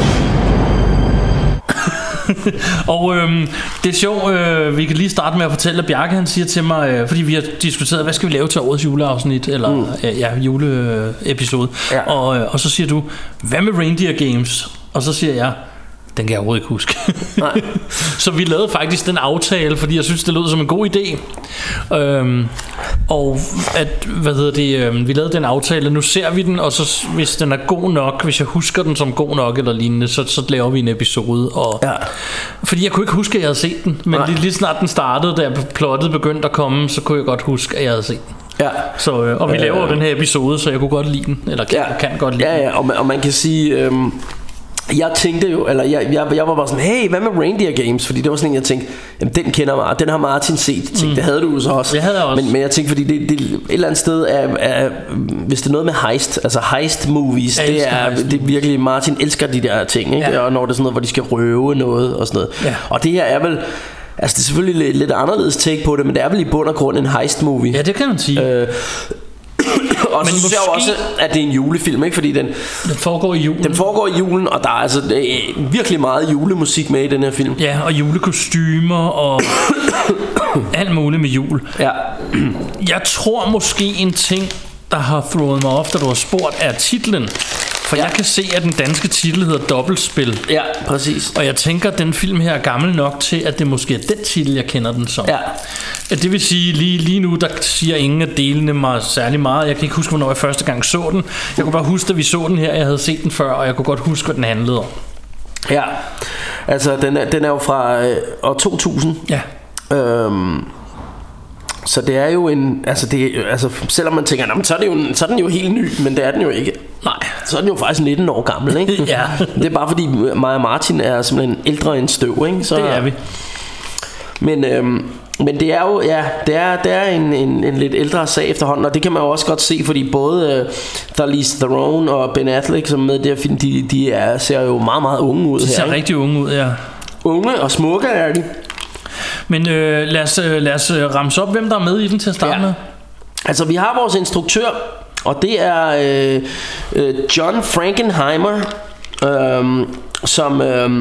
Og øhm, det er sjovt, øh, vi kan lige starte med at fortælle, at Bjarke han siger til mig, øh, fordi vi har diskuteret, hvad skal vi lave til årets juleafsnit, eller mm. øh, ja, juleepisode, ja. og, øh, og så siger du, hvad med Reindeer Games? Og så siger jeg, den kan jeg overhovedet ikke huske. Nej. Så vi lavede faktisk den aftale, fordi jeg synes det lød som en god idé. øhm, Og at, hvad hedder det, øhm, vi lavede den aftale. Nu ser vi den, og så hvis den er god nok, hvis jeg husker den som god nok eller lignende, så, så laver vi en episode. Og, ja. Fordi jeg kunne ikke huske at jeg havde set den, men lige, lige snart den startede, da plottet begyndte at komme, så kunne jeg godt huske at jeg havde set den. Ja. Så, øh, og vi laver øh, den her episode, så jeg kunne godt lide den. Eller kan, ja. kan godt lide ja, ja, og man, og man kan sige øhm jeg tænkte jo, eller jeg, jeg, jeg var bare sådan, hey, hvad med Reindeer Games? Fordi det var sådan en, jeg tænkte, jamen den kender mig, den har Martin set. Jeg tænkte, mm. det havde du så også. Det havde jeg også. Men, men jeg tænkte, fordi det, det et eller andet sted er, er, hvis det er noget med heist, altså heist movies, det er, det er virkelig, Martin elsker de der ting, ikke? Ja. Og når det er sådan noget, hvor de skal røve noget og sådan noget. Ja. Og det her er vel, altså det er selvfølgelig lidt, lidt anderledes take på det, men det er vel i bund og grund en heist movie. Ja, det kan man sige. Øh, og så synes jeg også, at det er en julefilm, ikke? Fordi den, den foregår i julen. Den foregår i julen, og der er altså er virkelig meget julemusik med i den her film. Ja, og julekostymer og alt muligt med jul. Ja. Jeg tror måske en ting, der har thrået mig off, da du har spurgt, er titlen. For ja. jeg kan se, at den danske titel hedder Dobbeltspil. Ja, præcis. Og jeg tænker, at den film her er gammel nok til, at det måske er den titel, jeg kender den som. Ja. Det vil sige, lige, lige nu, der siger ingen af delene mig særlig meget. Jeg kan ikke huske, hvornår jeg første gang så den. Jeg kunne bare huske, at vi så den her. Jeg havde set den før, og jeg kunne godt huske, hvad den handlede om. Ja, altså den er, den er jo fra øh, år to tusind. Ja. Øhm, så det er jo en, altså det, altså selvom man tænker, så er det jo, så er den jo helt ny, men det er den jo ikke. Nej, så er den jo faktisk nitten år gammel, ikke? Ja. Det er bare fordi mig og Martin er simpelthen ældre end støv, ikke? Så, det er vi. Men øhm, men det er jo, ja, det er, det er en, en, en lidt ældre sag efterhånden, og det kan man jo også godt se, fordi både uh, Charlize Theron og Ben Affleck, som med det her film, de, de er, ser jo meget, meget unge ud. De ser her, rigtig unge ud, ja. Unge og smukke er de. Men øh, lad os, øh, lad os øh, ramse op, hvem der er med i den til at starte ja. med. Altså vi har vores instruktør, og det er øh, øh, John Frankenheimer, øh, som øh,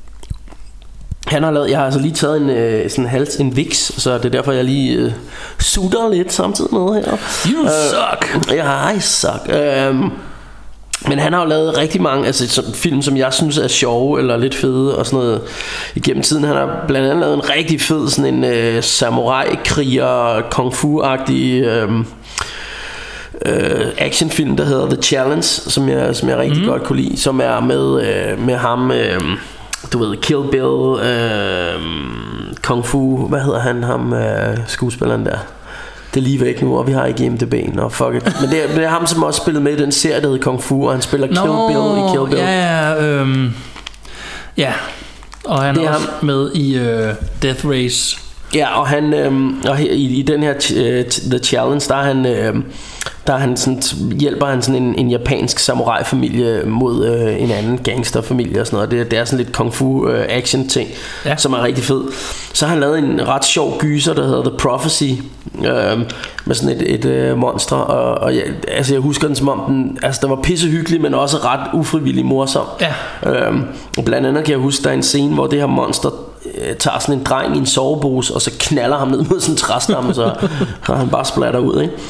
han har lavet. Jeg har altså lige taget en øh, sådan hals, en Vicks, så det er derfor jeg lige øh, sutter lidt samtidig med her. You uh, suck. Ja, I suck. Øh, Men han har jo lavet rigtig mange altså, film, som jeg synes er sjove eller lidt fede og sådan noget igennem tiden. Han har blandt andet lavet en rigtig fed sådan en øh, samurai-kriger, kung fu-agtig øh, øh, actionfilm, der hedder The Challenge, som jeg, som jeg rigtig mm. godt kunne lide, som er med, øh, med ham, øh, du ved, Kill Bill, øh, kung fu, hvad hedder han, ham øh, skuespilleren der? Det er lige væk nu, og vi har ikke I M D B'en, og fuck it. Men det er, det er ham, som også spillede med i den serie, der hedder Kung Fu, og han spiller Kill no, Bill i Kill Bill. Ja, øhm, ja. Og han det er også ham. med i øh, Death Race. Ja, og han øhm, og i, i den her uh, The Challenge, der er han, øhm, der er han sådan, hjælper han sådan en, en japansk samurai-familie mod øh, en anden gangsterfamilie og sådan noget. Det, det er sådan lidt kung fu øh, action ting, ja. som er rigtig fed. Så har han lavet en ret sjov gyser, der hedder The Prophecy, øh, med sådan et, et øh, monster. Og, og jeg, altså jeg husker den som om den, altså der var pissehyggelig, men også ret ufrivillig morsom. Ja. Øh, og blandt andet kan jeg huske, der er en scene, hvor det her monster øh, tager sådan en dreng i en sovepose, og så knaller ham ned mod sådan en træstamme, så, så han bare splatter ud, ikke?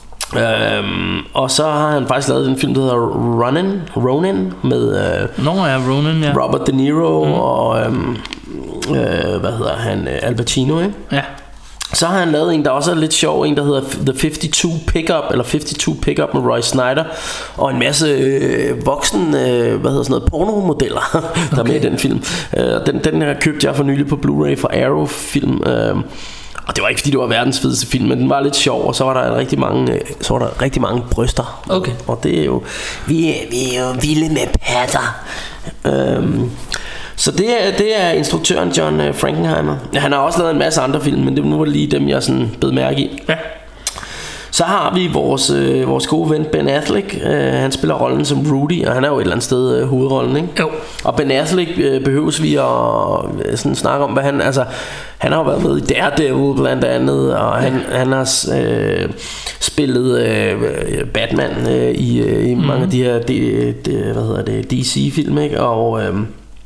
Øhm, og så har han faktisk lavet en film, der hedder Ronin, Ronin med øh, Nå ja, Ronin, ja. Robert De Niro mm. og øhm, øh, hvad hedder han, Al Pacino, ikke? Ja. Så har han lavet en, der også er lidt sjov, en der hedder The femoghalvtreds Pickup, eller femoghalvtreds Pickup med Roy Snyder, og en masse øh, voksen, øh, hvad hedder sådan noget, pornomodeller, der okay. er med i den film. øh, den, den her købte jeg for nylig på Blu-ray fra Arrow Film. øh, Og det var ikke fordi det var verdens fedeste film, men den var lidt sjov, og så var der rigtig mange, så var der rigtig mange bryster. Okay. Og det er jo, vi er, vi er jo vilde med patter. Øhm, Så det er, det er instruktøren John Frankenheimer. Han har også lavet en masse andre film, men det nu var lige dem jeg sådan bed mærke i. Ja. Så har vi vores, øh, vores gode ven Ben Affleck. øh, Han spiller rollen som Rudy, og han er jo et eller andet sted øh, hovedrollen, ikke? Jo. Og Ben Affleck øh, behøves vi at øh, sådan snakke om, hvad han... Altså, han har jo været med i Daredevil blandt andet, og han, ja. han har øh, spillet øh, Batman øh, i, øh, i mm. mange af de her de, de, hvad hedder det, D C-film, ikke? Og... Øh,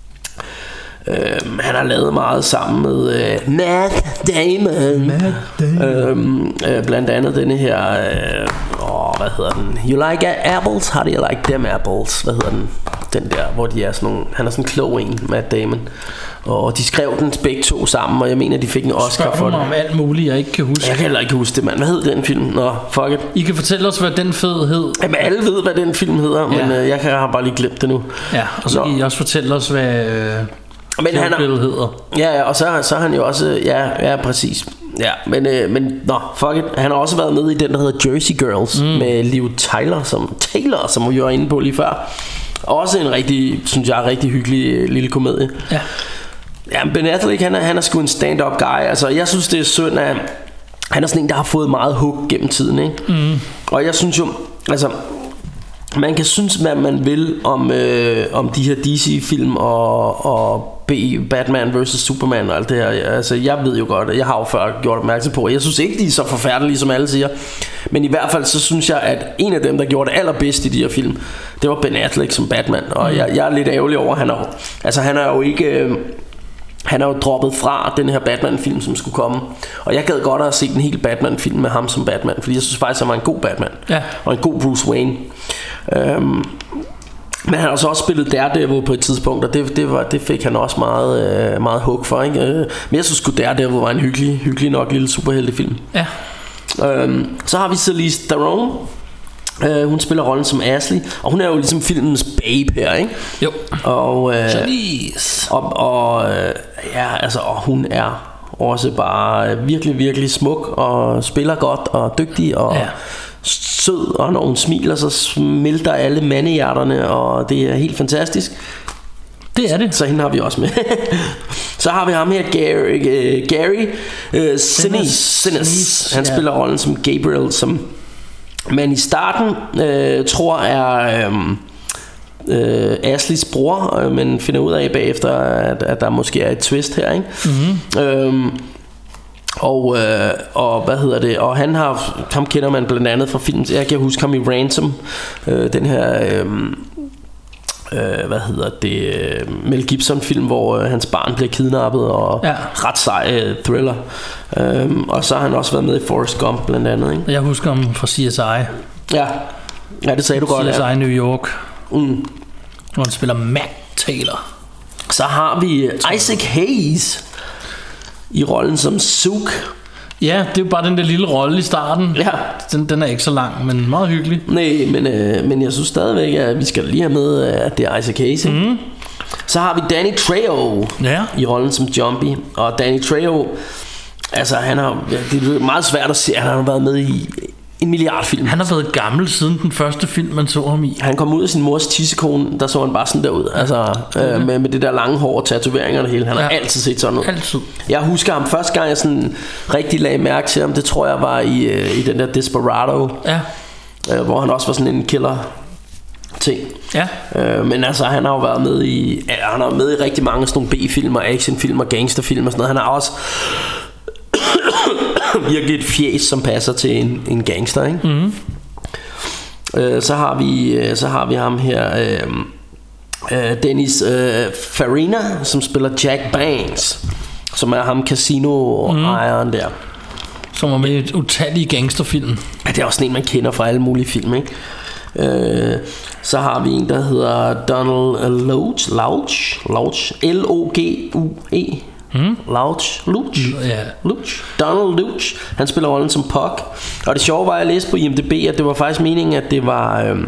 Uh, han har lavet meget sammen med uh, Matt Damon, Matt Damon. Uh, uh, blandt andet denne her uh, oh, hvad hedder den, You Like Apples, How Do You Like Them Apples, hvad hedder den, den der, hvor de er sådan nogle, han er sådan en klog en, Matt Damon. Og de skrev den begge to sammen, og jeg mener de fik en Oscar for det. Om alt muligt jeg ikke kan huske. Jeg kan heller ikke huske det, mand. Hvad hed den film? Nå, fuck it. I kan fortælle os hvad den fed hed. Jamen alle ved hvad den film hedder, ja. Men uh, jeg har bare lige glemt det nu. Ja, og så kan I også fortælle os hvad uh, men han er, ja, ja, og så, så er han jo også, ja, ja, præcis. Ja, men, øh, men nå, fuck it. Han har også været med i den der hedder Jersey Girls, mm. med Liv Tyler som Taylor, som vi var inde på lige før. Også en rigtig, synes jeg, rigtig hyggelig lille komedie. Ja. Ja, Ben Affleck, han er, han er sgu en stand-up guy. Altså, jeg synes det er synd at han er sådan en der har fået meget hook gennem tiden, ikke? Mm. Og jeg synes jo, altså man kan synes hvad man vil om, øh, om de her D C-film og, og Batman versus Superman og alt det her. Altså jeg ved jo godt, jeg har jo før gjort opmærksom på, jeg synes ikke de er så forfærdelige som alle siger. Men i hvert fald så synes jeg at en af dem der gjorde det allerbedst i de her film, det var Ben Affleck som Batman. Og jeg, jeg er lidt ærgerlig over han er, altså han er jo ikke øh, han er jo droppet fra den her Batman-film som skulle komme. Og jeg gad godt at have set en hel Batman-film med ham som Batman, fordi jeg synes faktisk han var en god Batman, ja. Og en god Bruce Wayne. øhm, Men han har så også spillet Daredevil på et tidspunkt, og det, det, var, det fik han også meget, øh, meget hug for, ikke? Men jeg synes sgu Daredevil var en hyggelig, hyggelig nok lille superheltefilm. Ja. øhm, Så har vi Charlize Theron. Uh, hun spiller rollen som Ashley, og hun er jo ligesom filmens babe her, ikke? Jo. Og uh, Charlize. Og, og uh, ja, altså, og hun er også bare virkelig, virkelig smuk og spiller godt og dygtig og ja. Sød, og når hun smiler, så smelter alle mandehjerterne, og det er helt fantastisk. Det er det. Så hende har vi også med. Så har vi ham her, Gary, uh, Gary uh, Sinise. Sinise. Han spiller rollen som Gabriel, som man i starten øh, tror er øh, øh, Ashleys bror, øh, men finder ud af bagefter at, at der måske er et twist her, ikke? Mm-hmm. øhm, og, øh, og hvad hedder det, og han har, ham kender man blandt andet fra filmen, jeg kan huske ham i Ransom, øh, den her øh, øh, hvad hedder det, Mel Gibson film, hvor øh, hans barn bliver kidnappet, og ja. Ret sej øh, thriller. øhm, Og så har han også været med i Forrest Gump blandt andet, ikke? Jeg husker ham fra C S I. Ja, ja det sagde du godt. C S I ja. New York, mm. hvor han spiller Mac Taylor. Så har vi Isaac Hayes i rollen som Zook. Ja, det er jo bare den der lille rolle i starten. Ja. Den, den er ikke så lang, men meget hyggelig. Nej, men, øh, men jeg synes stadigvæk at vi skal lige have med at det er Isaac Hayes. Mm. Så har vi Danny Trejo, ja. I rollen som Jumpy. Og Danny Trejo, altså han har, det er meget svært at se, han har været med i en milliard film. Han har været gammel siden den første film man så ham i. Han kom ud af sin mors tissekone, der så han bare sådan der ud, altså øh, med, med det der lange hår og tatoveringer og det hele. Han har ja. altid set sådan ud. Altid. Jeg husker ham første gang jeg sådan rigtig lagde mærke til ham, det tror jeg var i, øh, i den der Desperado, ja. øh, hvor han også var sådan en killer ting. Ja. Øh, men altså han har jo været med i, ja, han har været med i rigtig mange sådan nogle B-film og actionfilm og gangsterfilm og sådan noget. Han har også virkelig et fjes som passer til en, en gangster, ikke? Mm. øh, så har vi så har vi ham her, øh, øh, Dennis øh, Farina, som spiller Jack Banks, som er ham casino-ejeren mm. der, som var med i et utallige gangsterfilm. Ja, det er også sådan en man kender fra alle mulige film, ikke? Øh, så har vi en der hedder Donald Loach, Loach, Loach, L O G U E. Hmm? Louch, Luch, yeah. Luch, Donald Luch. Han spiller rollen som Puck. Og det sjove var, at jeg læste på I M D B, at det var faktisk meningen, at det var øhm,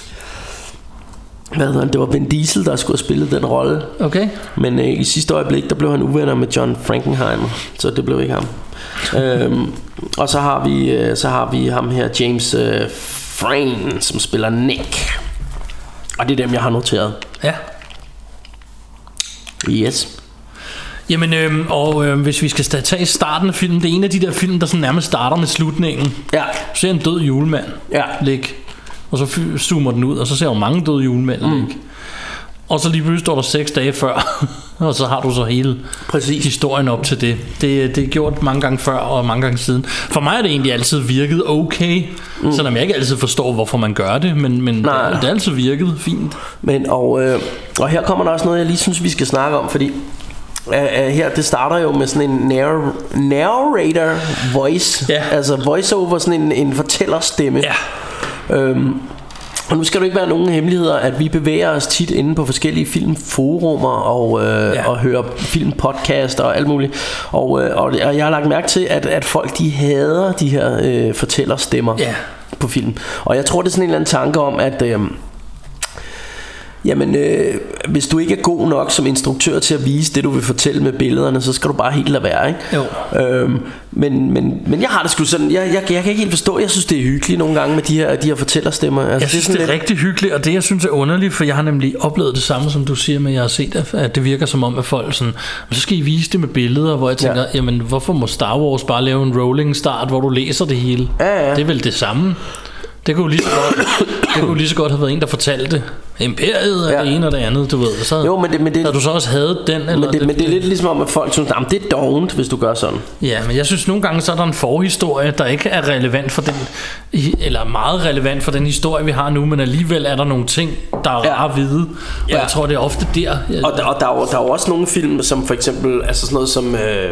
hvad hedder han? Det var Vin Diesel, der skulle have spillet den rolle. Okay. Men øh, i sidste øjeblik, der blev han uvenner med John Frankenheimer, så det blev ikke ham. øhm, Og så har vi øh, så har vi ham her, James øh, Frayne, som spiller Nick. Og det er dem jeg har noteret. Ja. Yes. Jamen, øh, og øh, hvis vi skal tage starten af filmen, det er en af de der film, der sådan nærmest starter med slutningen. Ja. Så ser en død julemand ja. ligge, og så zoomer den ud, og så ser du mange døde julemænd mm. ligge. Og så lige pludselig står der seks dage før, og så har du så hele Præcis. historien op til det. det. Det er gjort mange gange før og mange gange siden. For mig er det egentlig altid virket okay, mm. selvom jeg ikke altid forstår, hvorfor man gør det, men, men det, det er altid virket fint. Men, og, øh, og her kommer der også noget, jeg lige synes, vi skal snakke om, fordi Uh, uh, her, det starter jo med sådan en narr- narrator voice, ja. altså voiceover, sådan en, en fortællerstemme. Ja. Um, og nu skal det ikke være nogen hemmeligheder, at vi bevæger os tit inde på forskellige filmforumer og, øh, ja. og hører filmpodcast og alt muligt. Og, øh, og jeg har lagt mærke til, at, at folk de hader de her øh, fortællerstemmer ja. på film. Og jeg tror, det er sådan en eller anden tanke om, at Øh, Jamen, øh, hvis du ikke er god nok som instruktør til at vise det, du vil fortælle med billederne, så skal du bare helt lade være, ikke? Jo. Øhm, men, men, men jeg har det sgu sådan, jeg, jeg, jeg kan ikke helt forstå, jeg synes, det er hyggeligt nogle gange med de her, de her fortællerstemmer. Altså, jeg synes, det er, det er lidt... rigtig hyggeligt, og det, jeg synes er underligt, for jeg har nemlig oplevet det samme, som du siger, men jeg har set, at det virker som om, at folk sådan, så skal I vise det med billeder, hvor jeg tænker, ja. jamen, hvorfor må Star Wars bare lave en rolling start, hvor du læser det hele? Ja, ja. Det er vel det samme. Det kunne lige så godt, det kunne lige så godt have været en, der fortalte Imperiet er ja. det ene og det andet, du ved. Så jo, men det, men det, havde du så også havde den eller men det, det, men det er lidt ligesom om, at folk synes, at det er dovent, hvis du gør sådan. Ja, men jeg synes nogle gange, så er der en forhistorie, der ikke er relevant for den, eller meget relevant for den historie, vi har nu, men alligevel er der nogle ting, der er rare at vide. Og ja. jeg tror, det er ofte der. Jeg... Og, der, og der, er jo, der er jo også nogle film, som for eksempel, altså sådan noget som Øh,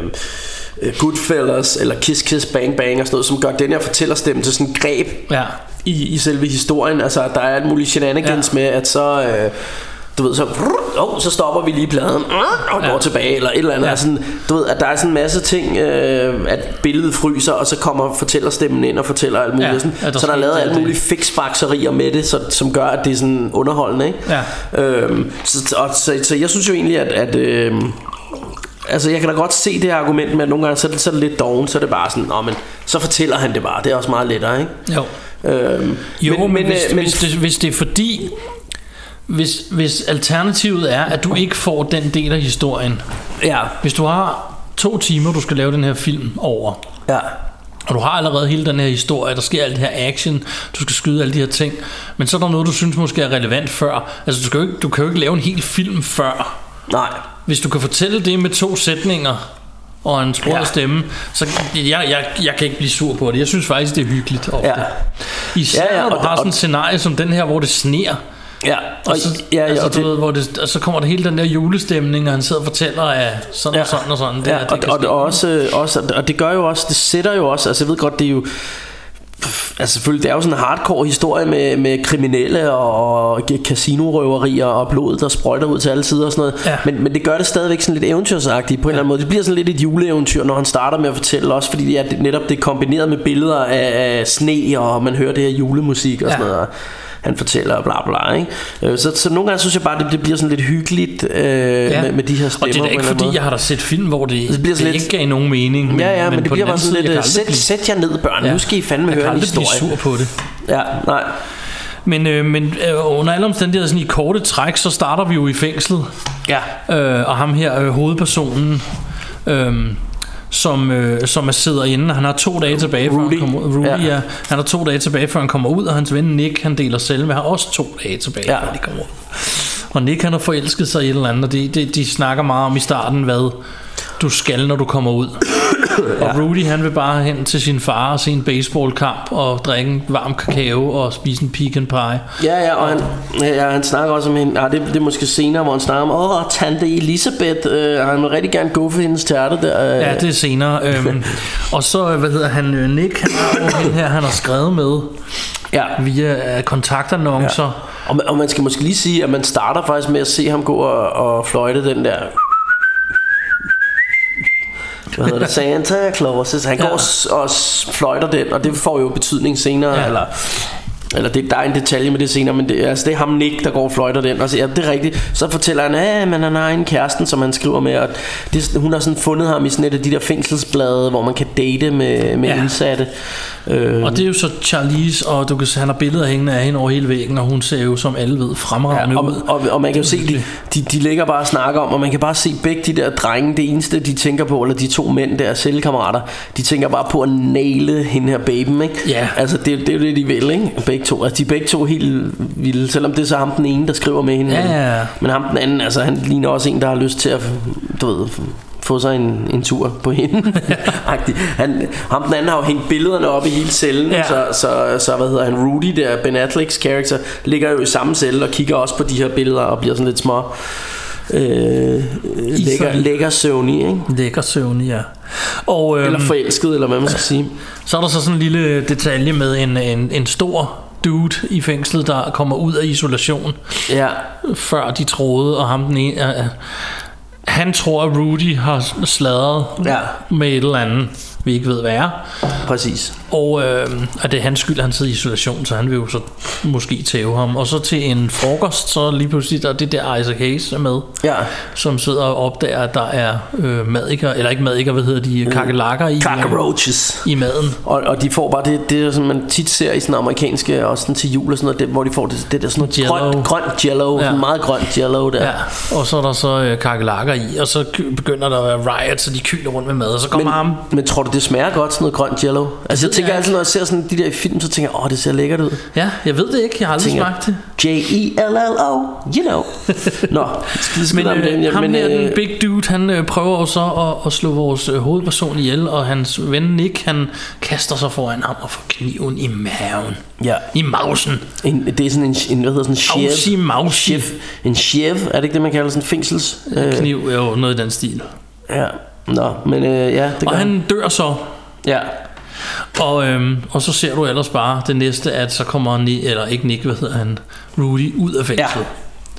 Goodfellas eller Kiss Kiss Bang Bang og sådan noget, som gør den her fortællerstemme til sådan en greb ja. i, i selve historien. Altså der er alt muligt shenanigans ja. med at så øh, du ved så oh, så stopper vi lige pladen og går ja. tilbage eller et eller andet ja. altså, du ved at der er sådan en masse ting øh, at billedet fryser og så kommer fortællerstemmen ind og fortæller alt muligt ja. sådan, ja, der så der er lavet alt muligt fiksfakserier med det så, som gør at det er sådan underholdende, ikke? Ja. Øhm, så, og, så, så jeg synes jo egentlig at, at øh, altså jeg kan da godt se det argument med at nogle gange så er det, så er det lidt doven, så er det bare sådan, nå, men så fortæller han det bare. Det er også meget lettere, ikke? Jo. Øhm, jo, men, men, hvis, men hvis, det, hvis det er fordi hvis, hvis alternativet er at du ikke får den del af historien. Ja. Hvis du har to timer du skal lave den her film over. Ja. Og du har allerede hele den her historie, der sker alt det her action, du skal skyde alle de her ting, men så er der noget du synes måske er relevant før. Altså du, skal jo ikke, du kan jo ikke lave en hel film før. Nej. Hvis du kan fortælle det med to sætninger og en sprød ja. stemme, så jeg, jeg, jeg kan ikke blive sur på det. Jeg synes faktisk det er hyggeligt ofte. Ja. Især ja, ja, når du har sådan en scenarie som den her, hvor det sner. Ja, og, og så, ja, ja, altså, og, du det, ved, hvor det, og så kommer der hele den der julestemning, og han sidder og fortæller af sådan ja, og sådan og sådan. Det, ja, det og, og, og, også, også, og det gør jo også, det sætter jo også, altså jeg ved godt, det er jo altså selvfølgelig, det er jo sådan en hardcore historie med, med kriminelle og casinorøverier og blod, der sprøjter ud til alle sider og sådan noget. Ja. Men, men det gør det stadigvæk sådan lidt eventyrsagtigt på en ja. eller anden måde. Det bliver sådan lidt et juleeventyr, når han starter med at fortælle, også fordi det er netop det er kombineret med billeder af, af sne, og man hører det her julemusik og ja. sådan noget. Han fortæller bla bla, ikke? Så, så nogle gange synes jeg bare det, det bliver sådan lidt hyggeligt øh, ja. med, med de her stemmer. Og det er da ikke fordi måde. Jeg har da set film hvor det, det, det lidt... ikke gav nogen mening. Men, ja ja, men, men det bliver bare sådan lidt sæt, blive... sæt jer ned børn, ja. nu skal I fandme høre en historie. Jeg kan aldrig blive sur på det. Ja, nej. Men, øh, men øh, under alle omstændigheder sådan i korte træk, så starter vi jo i fængslet. Ja. øh, Og ham her øh, hovedpersonen øh, Som, øh, som er sidder inde. Han har to dage tilbage før han kommer ud. Rudy, ja. Ja. Han har to dage tilbage før han kommer ud. Og hans ven Nick, han deler selv med, har også to dage tilbage ja. før de kommer ud. Og Nick, han har forelsket sig i et eller andet. Og de, de, de snakker meget om i starten, hvad du skal, når du kommer ud. Ja. Og Rudy, han vil bare hen til sin far og se en baseballkamp og drikke en varm kakao og spise en pecan pie. Ja, ja, og han, ja, han snakker også om hende. Ja, det, det er måske senere, hvor han snakker om, åh, tante Elisabeth, øh, han vil rigtig gerne gå for hendes tærte der. Øh. Ja, det er senere. øhm, og så, hvad hedder han, Nick, han har jo her, han har skrevet med ja. via kontaktannoncer. Ja. Og, og man skal måske lige sige, at man starter faktisk med at se ham gå og, og fløjte den der... Hvad hedder det? Santa Claus. Så han ja. går og, og fløjter den, og det får jo betydning senere. Ja. Eller Eller det, der er en detalje med det senere, men det, altså, det er ham Nick, der går og fløjter den. Og så, ja, det er rigtigt. Så fortæller han, at man han har en kæresten, som han skriver med. Og det, hun har sådan fundet ham i sådan et af de der fængselsblade, hvor man kan date med, med ja. indsatte. Øh. Og det er jo så Charlize, og du kan se, han har billeder hængende af hende over hele væggen, og hun ser jo, som alle ved, fremragende ja, og, ud. Og, og, og man kan jo se, de, de, de ligger bare og snakker om, og man kan bare se begge de der drenge, det eneste de tænker på, eller de to mænd der, cellekammerater, de tænker bare på at naile hende her babyen, ikke? Ja. Altså det, det er jo det, de vil, ikke? Begge to. Altså de er begge to helt vilde, selvom det er så ham den ene, der skriver med hende. Ja. Men ham den anden, altså han ligner også en, der har lyst til at, du ved, få sig en, en tur på hende. han, ham den anden har jo hængt billederne op i hele cellen, ja. så, så, så hvad hedder han, Rudy der, Ben Afflecks karakter, ligger jo i samme celle og kigger også på de her billeder og bliver sådan lidt små øh, lækker, lækker søvnig, ikke? Lækker søvnig, ja. Og, øhm, eller forelsket, eller hvad man skal sige. Så er der så sådan en lille detalje med en, en, en stor dude i fængslet, der kommer ud af isolation, ja. før de troede, og ham den ene, øh, han tror, at Rudy har sladret ja. med et eller andet, vi ikke ved hvad er. Præcis. Og øh, at det er hans skyld, han sidder i isolation, så han vil jo så måske tæve ham. Og så til en frokost, så lige pludselig der er det der Isaac Hayes er med, ja. som sidder og opdager, at der er øh, madikker, eller ikke madikker, hvad hedder de, kakelakker i, cockroaches i maden. Og, og de får bare det, det som man tit ser i sådan amerikanske, også sådan til jul og sådan noget, det, hvor de får det, det der sådan noget grønt, grønt jello, ja. sådan meget grønt jello der. Ja. Og så er der så øh, kakelakker i, og så begynder der at være riot, så de kyler rundt med mad, og så kommer men, ham. Men tror du, det smager godt, sådan noget grønt jello? Altså jeg tænker altid, når jeg ser sådan de der i film, så tænker jeg, åh, det ser lækkert ud. Ja, jeg ved det ikke, jeg har aldrig tænker, smagt det. J E L L O, you know. Nå, men øh, den, ja, ham men, her, øh, den big dude, han øh, prøver jo så at, at slå vores øh, hovedperson ihjel, og hans ven Nick, han kaster sig foran ham og får kniven i maven. Ja. I mausen. En, det er sådan en, en hvad hedder sådan en chev. Mausi. En chev, er det ikke det, man kalder sådan en fængsels? Øh, kniv, jo, noget i den stil. Ja, nå, men øh, ja, det gør og han dør så. Ja. Og, øhm, og så ser du ellers bare det næste, at så kommer Nick, eller ikke Nick, hvad hedder han, Rudy ud af fængslet. Ja.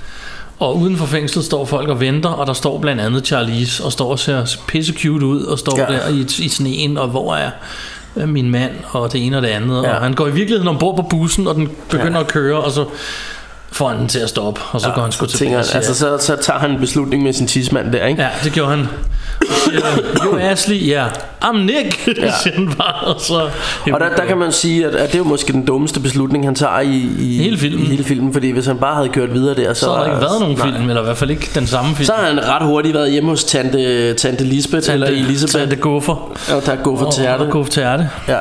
Og uden for fængslet står folk og venter, og der står blandt andet Charlize og står og ser pisse cute ud og står ja. der i, i sneen, og hvor er min mand og det ene og det andet. Ja. Og han går i virkeligheden ombord på bussen, og den begynder ja. at køre, og så får han den til at stoppe, og så ja, går han sgu tilbage. Altså så, så tager han en beslutning med sin tidsmand der, ikke? Ja, det gjorde han. Jo, Ashley, ja, yeah. I'm Nick, ja. bare, og, så, og der, der kan man sige, at, at det er jo måske den dummeste beslutning, han tager i, i, hele, filmen. i hele filmen, fordi hvis han bare havde kørt videre der, så, så har der ikke været nogen nej. film, eller i hvert fald ikke den samme film. Så har han ret hurtigt været hjemme hos tante, tante Lisbeth, tante, eller Elisabeth. Tante Guffer. Ja, der er Guffer Tærte. Og Guffer Tærte. Ja.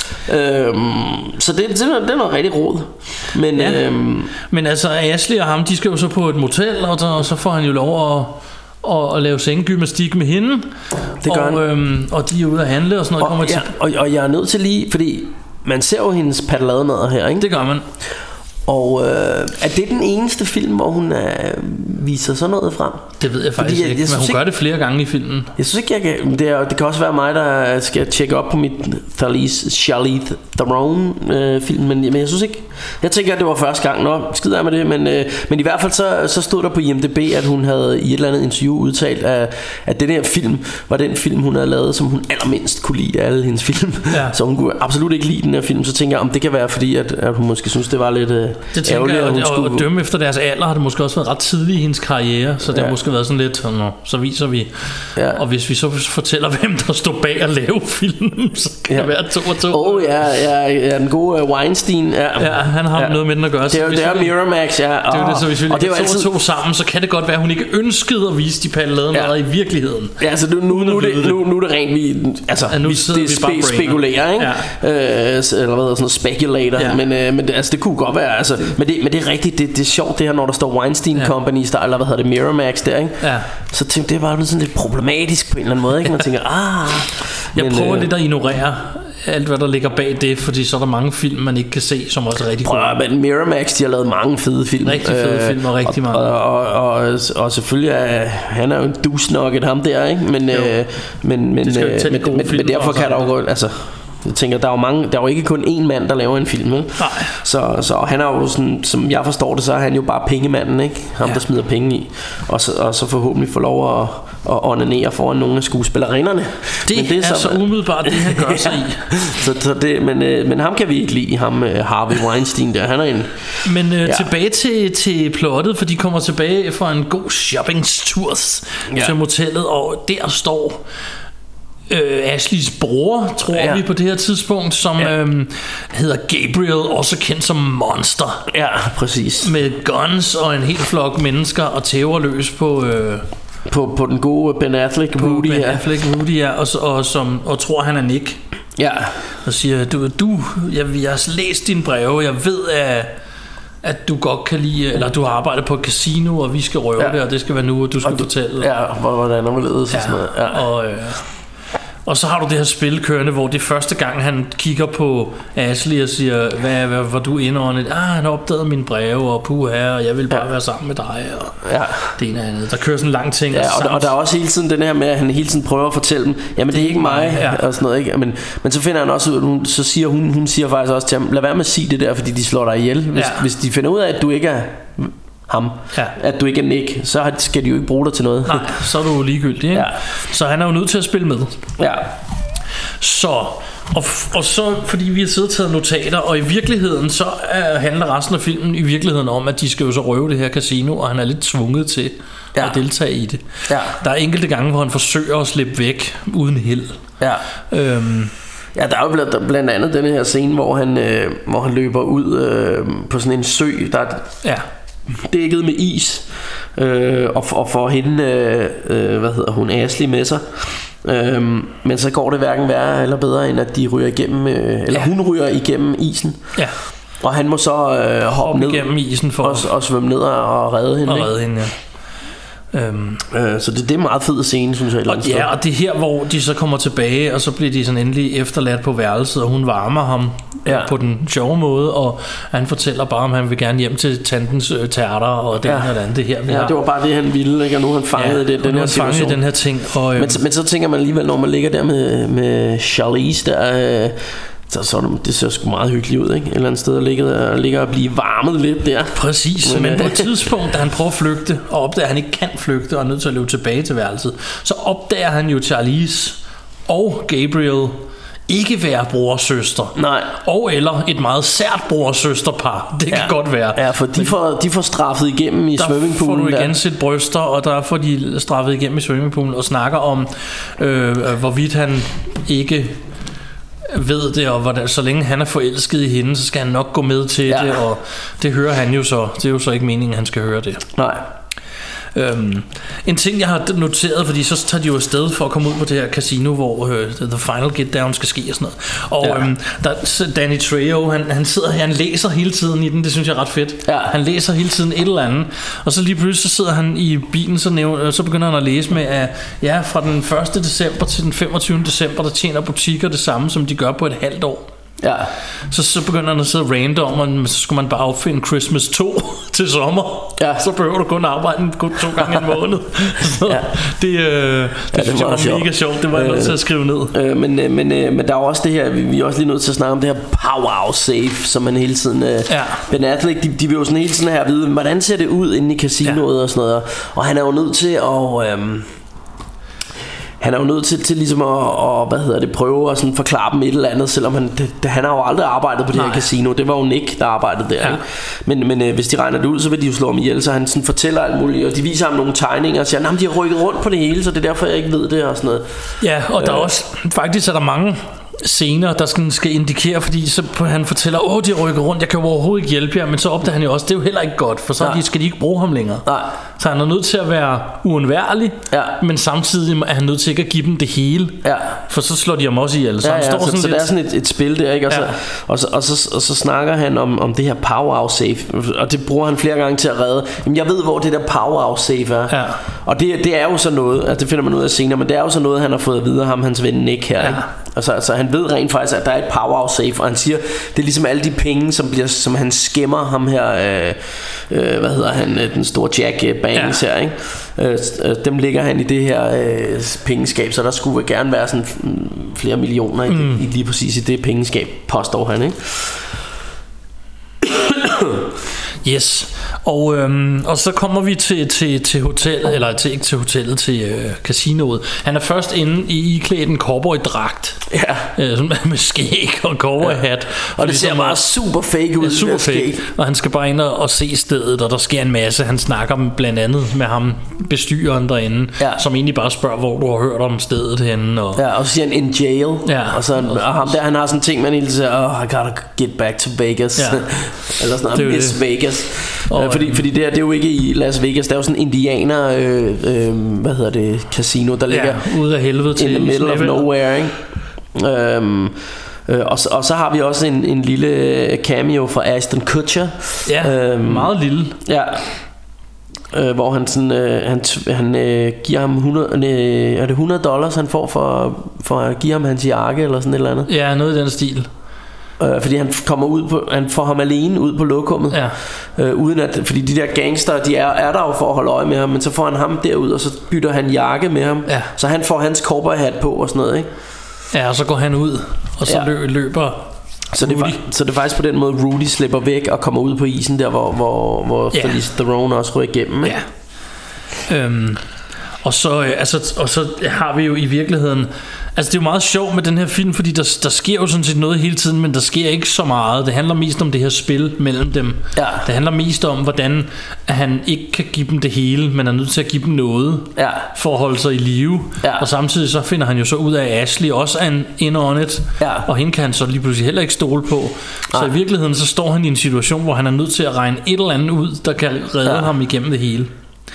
Øhm, så det, det, det er noget rigtig rod. Men, ja. øhm, men altså Ashley og ham, de skal jo så på et motel, og, der, og så får han jo lov at Og, og lave senggymnastik med hende. Det gør og, øhm, og de er ude at handle og sådan noget. Og, kommer ja, til. Og, og jeg er nødt til lige, fordi man ser jo hendes paddelademader her, ikke? Det gør man. Og øh, er det den eneste film, hvor hun øh, viser sådan noget frem? Det ved jeg faktisk jeg, ikke, jeg men hun ikke, gør det flere gange i filmen. Jeg synes ikke, jeg kan, det, er, det kan også være mig, der skal tjekke op på mit Charlize, Charlize Theron øh, film, men, men jeg synes ikke, jeg tænker, at det var første gang. Nå, skider jeg med det, men, øh, men i hvert fald så, så stod der på I M D B, at hun havde i et eller andet interview udtalt, at, at den her film var den film, hun havde lavet, som hun allermindst kunne lide af alle hendes film. Ja. Så hun kunne absolut ikke lide den her film. Så tænker jeg, om det kan være fordi, at, at hun måske synes, det var lidt øh, det tænker jeg, og, skulle... og dømme efter deres alder har det måske også været ret tidligt i hendes karriere, så det ja. har måske været sådan lidt, nå, så viser vi. Ja. Og hvis vi så fortæller, hvem der stod bag at lave filmen, så kan ja. det være to og to. Åh oh, ja, ja, ja, den gode uh, Weinstein. Ja. ja, han har ja. noget med den at gøre. Det er, det er Miramax, ja. Det er jo det, så hvis vi lægger to altid... og to sammen, så kan det godt være, at hun ikke ønskede at vise de paddelademader ja. i virkeligheden. Ja, altså nu, nu, nu, det, nu, nu er det rent, vi, altså, ja, nu vi, det er spe, spekulerer, ikke? Ja. Øh, eller hvad hedder sådan speculator, ja. men, øh, men det, altså, det kunne godt være, altså, men, det, men det er rigtigt, det, det er sjovt det her, når der står Weinstein ja. Company, der, eller hvad hedder det, Miramax der, ikke? Ja. Så tænkte det er bare sådan lidt problematisk på en eller anden måde, ikke? Man tænker, ah. Jeg men, prøver øh, lidt at ignorere alt hvad der ligger bag det, fordi så er der mange film man ikke kan se, som også er rigtig gode. Ja, men Miramax, de har lavet mange fede film. Rigtig fede øh, film og rigtig mange. Og, og, og, og, og selvfølgelig er han er jo en douche-nugget ham der, ikke? Men øh, men men, øh, men, men, men derfor kan der jo gå, altså jeg tænker, der er jo mange, der er jo ikke kun én mand, der laver en film, vel? Nej. Så, så han er jo sådan, som jeg forstår det, så er han jo bare pengemanden, ikke? Ham, ja. der smider penge i. Og så, og så forhåbentlig får lov at, og onanere foran nogle af skuespillerinderne. Det, men det er, er så, så umiddelbart det han gør sig i. så, så det, men, øh, men ham kan vi ikke lide, ham øh, Harvey Weinstein der. Han er en. Men øh, ja. tilbage til, til plottet, for de kommer tilbage fra en god shoppingtur ja. til motellet, og der står øh, Ashleys bror, tror ja. vi på det her tidspunkt, som ja. øh, hedder Gabriel, også kendt som Monster. Ja, præcis. Med guns og en hel flok mennesker og tæver løs på øh, på på den gode Ben Affleck Rudy, Ben ja. Affleck Rudy, ja, og, og som og tror han er Nick. Ja. Og siger du du jeg, jeg har læst dine breve, jeg ved at at du godt kan lide, eller du har arbejdet på et casino, og vi skal røve ja. det, og det skal være nu, og du skal og fortælle. Ja, hvordan er det, så ja. sådan noget. Ja. Og øh, Og så har du det her spil kørende, hvor det er første gang han kigger på Ashley og siger, hvad, hvad var du indåndet? Ah, han har opdaget mine breve, og puha, og jeg vil bare ja. være sammen med dig, og ja. det ene og andet. Der kører sådan en lang ting. Ja, og, og der er også hele tiden den her med, at han hele tiden prøver at fortælle dem, jamen det er ikke mig, ja. og sådan noget, ikke? Men, men så finder han også ud, hun, så siger hun, hun siger faktisk også til ham, lad være med at sige det der, fordi de slår dig ihjel. Hvis, ja. hvis de finder ud af, at du ikke er ham, ja. at du ikke er Nick, så skal de jo ikke bruge dig til noget. Nej, så er du ligegyldig, ikke? Ja. Så han er jo nødt til at spille med. Ja. Så og, og så fordi vi har siddet og taget notater, og i virkeligheden så er, handler resten af filmen i virkeligheden om, at de skal jo så røve det her casino, og han er lidt tvunget til ja. at deltage i det. Ja. Der er enkelte gange, hvor han forsøger at slippe væk uden held. Ja. Øhm, Ja, der er jo blandt, blandt andet den her scene, hvor han, øh, hvor han løber ud øh, på sådan en sø, der er ja. dækket med is, øh, og, og får hende, øh, hvad hedder hun, Ashley med sig. Øhm, men så går det hverken værre eller bedre, end at de ryger igennem, øh, eller ja. hun ryger igennem isen. Ja. Og han må så øh, hoppe Hop ned igennem isen for og, og svømme ned og redde hende. Og redde hende, ja. Øhm, øh, så det, det er en meget fed scene, synes jeg. Og, ja, og det er her, hvor de så kommer tilbage, og så bliver de sådan endelig efterladt på værelset, og hun varmer ham ja. på den sjove måde, og han fortæller bare, om han vil gerne hjem til tantens øh, tærter og den ja. her det her. Ja, det var bare det, han ville, ikke? Og nu har han fanget ja, det, den her situation. Den her ting. Og, øh, men, men så tænker man alligevel, når man ligger der med, med Charlize der... Øh, Så, så det ser sgu meget hyggeligt ud, ikke? Et eller andet sted ligger, ligger og blive varmet lidt der. Præcis, men, men på et tidspunkt, da han prøver at flygte, og opdager, at han ikke kan flygte, og er nødt til at løbe tilbage til værelset, så opdager han jo Charlize og Gabriel ikke være bror og søster. Nej. Og eller et meget sært bror og søsterpar. Det kan ja. godt være. Ja, for de får, de får straffet igennem i swimmingpoolen. Der får du igen set bryster, og der får de straffet igennem i swimmingpoolen, og snakker om, øh, hvorvidt han ikke ved det, og hvordan, så længe han er forelsket i hende, så skal han nok gå med til ja. det, og det hører han jo så. Det er jo så ikke meningen, at han skal høre det. Nej. Øhm, en ting jeg har noteret, fordi så tager de jo afsted for at komme ud på det her casino, hvor øh, The Final Get Down skal ske og sådan noget. Og ja. øhm, der, Danny Trejo, han, han sidder her, han læser hele tiden i den. Det synes jeg er ret fedt. Ja. Han læser hele tiden et eller andet, og så lige pludselig så sidder han i bilen, så, nævner, så begynder han at læse med, at ja, fra den første december til den femogtyvende december, der tjener butikker det samme, som de gør på et halvt år. Ja. Så, så begynder han at sidde random, og så skulle man bare opfinde Christmas to til sommer. Ja. Så behøver du kun arbejde kun to gange en måned. Så ja. det, øh, det, ja, det synes jeg var sjovt. Mega sjovt. Det var jeg øh, nødt til at skrive ned. øh, men, øh, men, øh, men der er også det her, vi, vi er også lige nødt til at snakke om det her power safe, som man hele tiden øh, ja. Ben Affleck, de, de vil jo sådan hele tiden her vide, hvordan ser det ud inde i casinoet ja. og sådan noget. Og han er jo nødt til at... Øh, Han er jo nødt til, til ligesom at, at hvad hedder det, prøve at sådan forklare dem et eller andet, selvom han, det, det, han har jo aldrig arbejdet på det Nej. her casino. Det var jo Nick, der arbejdede der. Ja. Ikke? Men, men øh, hvis de regner det ud, så vil de jo slå ham ihjel, så han sådan fortæller alt muligt, og de viser ham nogle tegninger og siger, at de har rykket rundt på det hele, så det er derfor, jeg ikke ved det og sådan noget. Ja, og der er også, faktisk er der mange scener, der skal, skal indikere, fordi så han fortæller, åh, de rykker rundt, jeg kan jo overhovedet ikke hjælpe jer, men så opdager han jo også, det er jo heller ikke godt, for så de, skal de ikke bruge ham længere. Nej. Så han er nødt til at være uundværlig, ja. men samtidig er han nødt til ikke at give dem det hele, ja. for så slår de ham også ihjel. Så, ja, han ja, står så, sådan så lidt... det er sådan et, et spil der, ikke? Og, ja. så, og, så, og, så, og så snakker han om, om det her power safe, og det bruger han flere gange til at redde. Jamen, jeg ved, hvor det der power safe er. Ja. Og det, det er jo så noget, altså det finder man ud af senere, men det er jo så noget, han har fået at vide, ham hans ven Nick her, ja. ikke? Altså, altså han ved rent faktisk, at der er et power safe, og han siger, det er ligesom alle de penge, som, bliver, som han skæmmer ham her, øh, øh, hvad hedder han, den store Jack Banks ja. her, ikke? Øh, dem ligger han i det her øh, pengeskab, så der skulle gerne være sådan flere millioner i, mm. i lige præcis i det pengeskab, påstår han, ikke? Yes. Og, øhm, og så kommer vi til, til, til hotellet, eller til, ikke til hotellet, til øh, casinoet. Han er først inde i iklædt en cowboydragt. Ja. Øh, sådan med skæg og cowboyhat. Ja. Og det ser bare super fake ud. Ja, super fake. Og han skal bare ind og, og se stedet, og der sker en masse. Han snakker blandt andet med ham, bestyreren derinde, ja. som egentlig bare spørger, hvor du har hørt om stedet henne. Og, ja, og så siger han in jail. Ja. Og, så, og ham der, han har sådan en ting, man hele siger, oh, I gotta get back to Vegas. Ja. Eller sådan noget, Miss Vegas. Og, øh, fordi, fordi det, er, det er jo ikke i Las Vegas. Der er jo sådan en indianer øh, øh, hvad hedder det, casino, der ligger ja, ude af helvede til in the middle of nowhere, ikke? Øhm, øh, og, så, og så har vi også en, en lille cameo fra Ashton Kutcher. Ja, øhm, meget lille. Ja. Øh, hvor han sådan øh, han, han øh, giver ham hundrede, øh, er det hundrede dollars han får for, for at give ham hans jakke eller sådan et eller andet. Ja, noget i den stil. Øh, fordi han kommer ud på, han får ham alene ud på lokummet. Ja. Øh, uden at, fordi de der gangster, de er, er der jo for at holde øje med ham, men så får han ham derud, og så bytter han jakke med ham. Ja. Så han får hans cowboyhat på og sådan noget, ikke? Ja, og så går han ud, og så ja. løber så det, er, så det er faktisk på den måde Rudy slipper væk og kommer ud på isen der, hvor, hvor, hvor ja. Charlize Theron også ryger igennem, ikke? Ja. Øhm, og, så, altså, og så har vi jo i virkeligheden, altså det er jo meget sjovt med den her film, fordi der, der sker jo sådan set noget hele tiden, men der sker ikke så meget. Det handler mest om det her spil mellem dem. Ja. Det handler mest om, hvordan at han ikke kan give dem det hele, men er nødt til at give dem noget, ja. for at holde sig i live. Ja. Og samtidig så finder han jo så ud af, at Ashley også er en in on it, ja. og hende kan han så lige pludselig heller ikke stole på. Så Nej. i virkeligheden så står han i en situation, hvor han er nødt til at regne et eller andet ud, der kan redde ja. ham igennem det hele.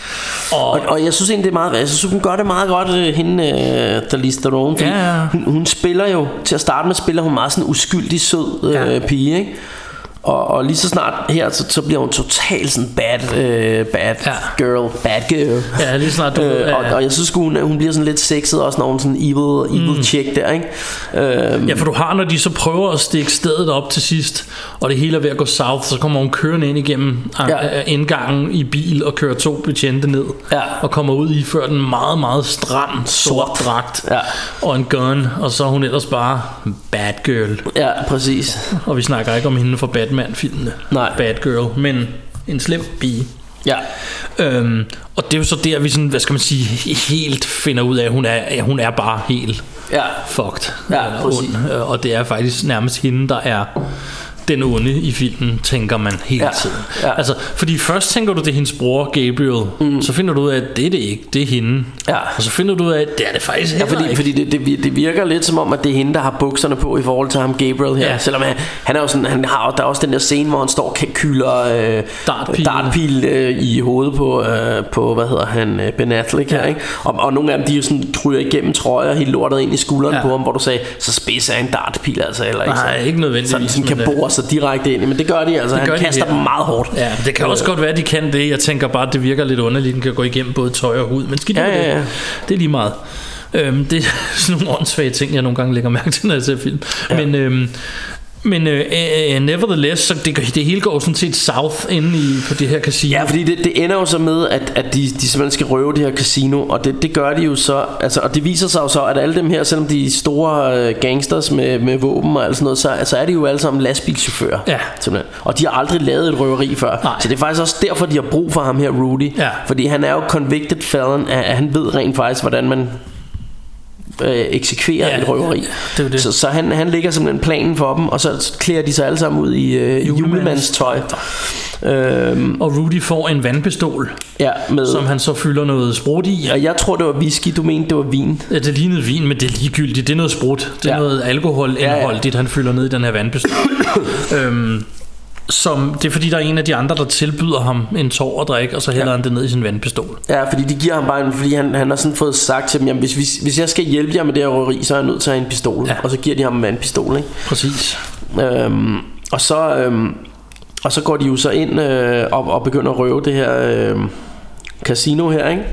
Og, og, og jeg synes egentlig det er meget, jeg synes hun gør det meget godt, hende uh, Charlize Theron, fordi ja, ja. Hun, hun spiller jo, til at starte med spiller hun meget sådan uskyldig sød ja. uh, pige, ikke? Og, og lige så snart her, så, så bliver hun totalt sådan bad, uh, bad ja. girl, bad girl. Ja, lige snart du uh, ved, ja, ja. Og, og jeg synes hun, hun bliver sådan lidt sexet også, når hun sådan evil, evil mm. chick der, ikke? Uh, ja, for du har, når de så prøver at stikke stedet op til sidst, og det hele er ved at gå south, så kommer hun kørende ind igennem ja. indgangen i bil og kører to betjente ned, ja. og kommer ud i før den meget, meget stram sort dragt ja. og en gun, og så er hun ellers bare bad girl. Ja, præcis. Og vi snakker ikke om hende fra Batman-filmene. Nej. Bad girl, men en slem pige. Ja. Øhm, og det er jo så der, vi sådan, hvad skal man sige, helt finder ud af, at hun er, at hun er bare helt ja. fucked. Ja, præcis. Und, og det er faktisk nærmest hende, der er den onde i filmen, tænker man hele ja. tiden. Ja. Altså, fordi først tænker du, det er hendes bror Gabriel, mm. så finder du ud af, at det er det ikke, det er hende. Ja. Og så finder du ud af, at det er det faktisk ja, fordi, ikke. fordi det, det, det virker lidt som om, at det er hende, der har bukserne på i forhold til ham Gabriel her. Ja. Selvom han, han er jo sådan, han har der er også den der scene, hvor han står og kyler øh, dartpil, dartpil øh, i hovedet på, øh, på hvad hedder han, øh, Ben Affleck her, ja. ikke? Og, og nogle af dem, de jo sådan ryger igennem trøjer helt lortet ind i skulderen ja. på ham, hvor du sagde, så spids er en dartpil altså heller ikke. Nej, ikke nødvendigvis. Så de kan bore sig direkte ind, men det gør de altså. Det han kaster de dem meget hårdt. Ja, det kan også øh. godt være, at de kan det. Jeg tænker bare, at det virker lidt underligt. Den kan gå igennem både tøj og hud. Men skidt ja, ja, ja. det. Det er lige meget. Øhm, det er sådan nogle åndssvage ting, jeg nogle gange lægger mærke til, når jeg ser film. Ja. Men øhm, Men øh, øh, nevertheless, så det, det hele går sådan set south inde i, på det her casino. Ja, fordi det, det ender jo så med, at, at de, de simpelthen skal røve det her casino. Og det, det gør de jo så, altså, og det viser sig jo så, at alle dem her, selvom de er store gangsters med, med våben og alt sådan noget, så, så er de jo alle sammen lastbilchauffører. Ja. Simpelthen. Og de har aldrig lavet et røveri før. Nej. Så det er faktisk også derfor, de har brug for ham her, Rudy. Ja. Fordi han er jo convicted felon, at han ved rent faktisk, hvordan man øh, eksekverer ja, et røveri. det er det. Så, så han, han lægger simpelthen planen for dem, og så klæder de sig alle sammen ud i øh, julemandstøj. Øhm, og Rudy får en vandpistol, ja, med, som han så fylder noget sprut i. Og jeg tror det var whisky, du mente det var vin. Ja, det lignede vin, men det er ligegyldigt. Det er noget sprut. Det er ja. noget alkoholindholdigt, ja, ja. han fylder ned i den her vandpistol. øhm, Som, det er fordi der er en af de andre, der tilbyder ham en tår at drikke, og så hælder ja. han det ned i sin vandpistol. Ja, fordi de giver ham bare en, fordi han, han har sådan fået sagt til dem, jamen, hvis, hvis, hvis jeg skal hjælpe jer med det her røveri, så er jeg nødt til at have en pistol. Ja. Og så giver de ham en vandpistol, ikke? Præcis. øhm, Og så øhm, Og så går de jo så ind øh, og, og begynder at røve det her øh, casino her, ikke?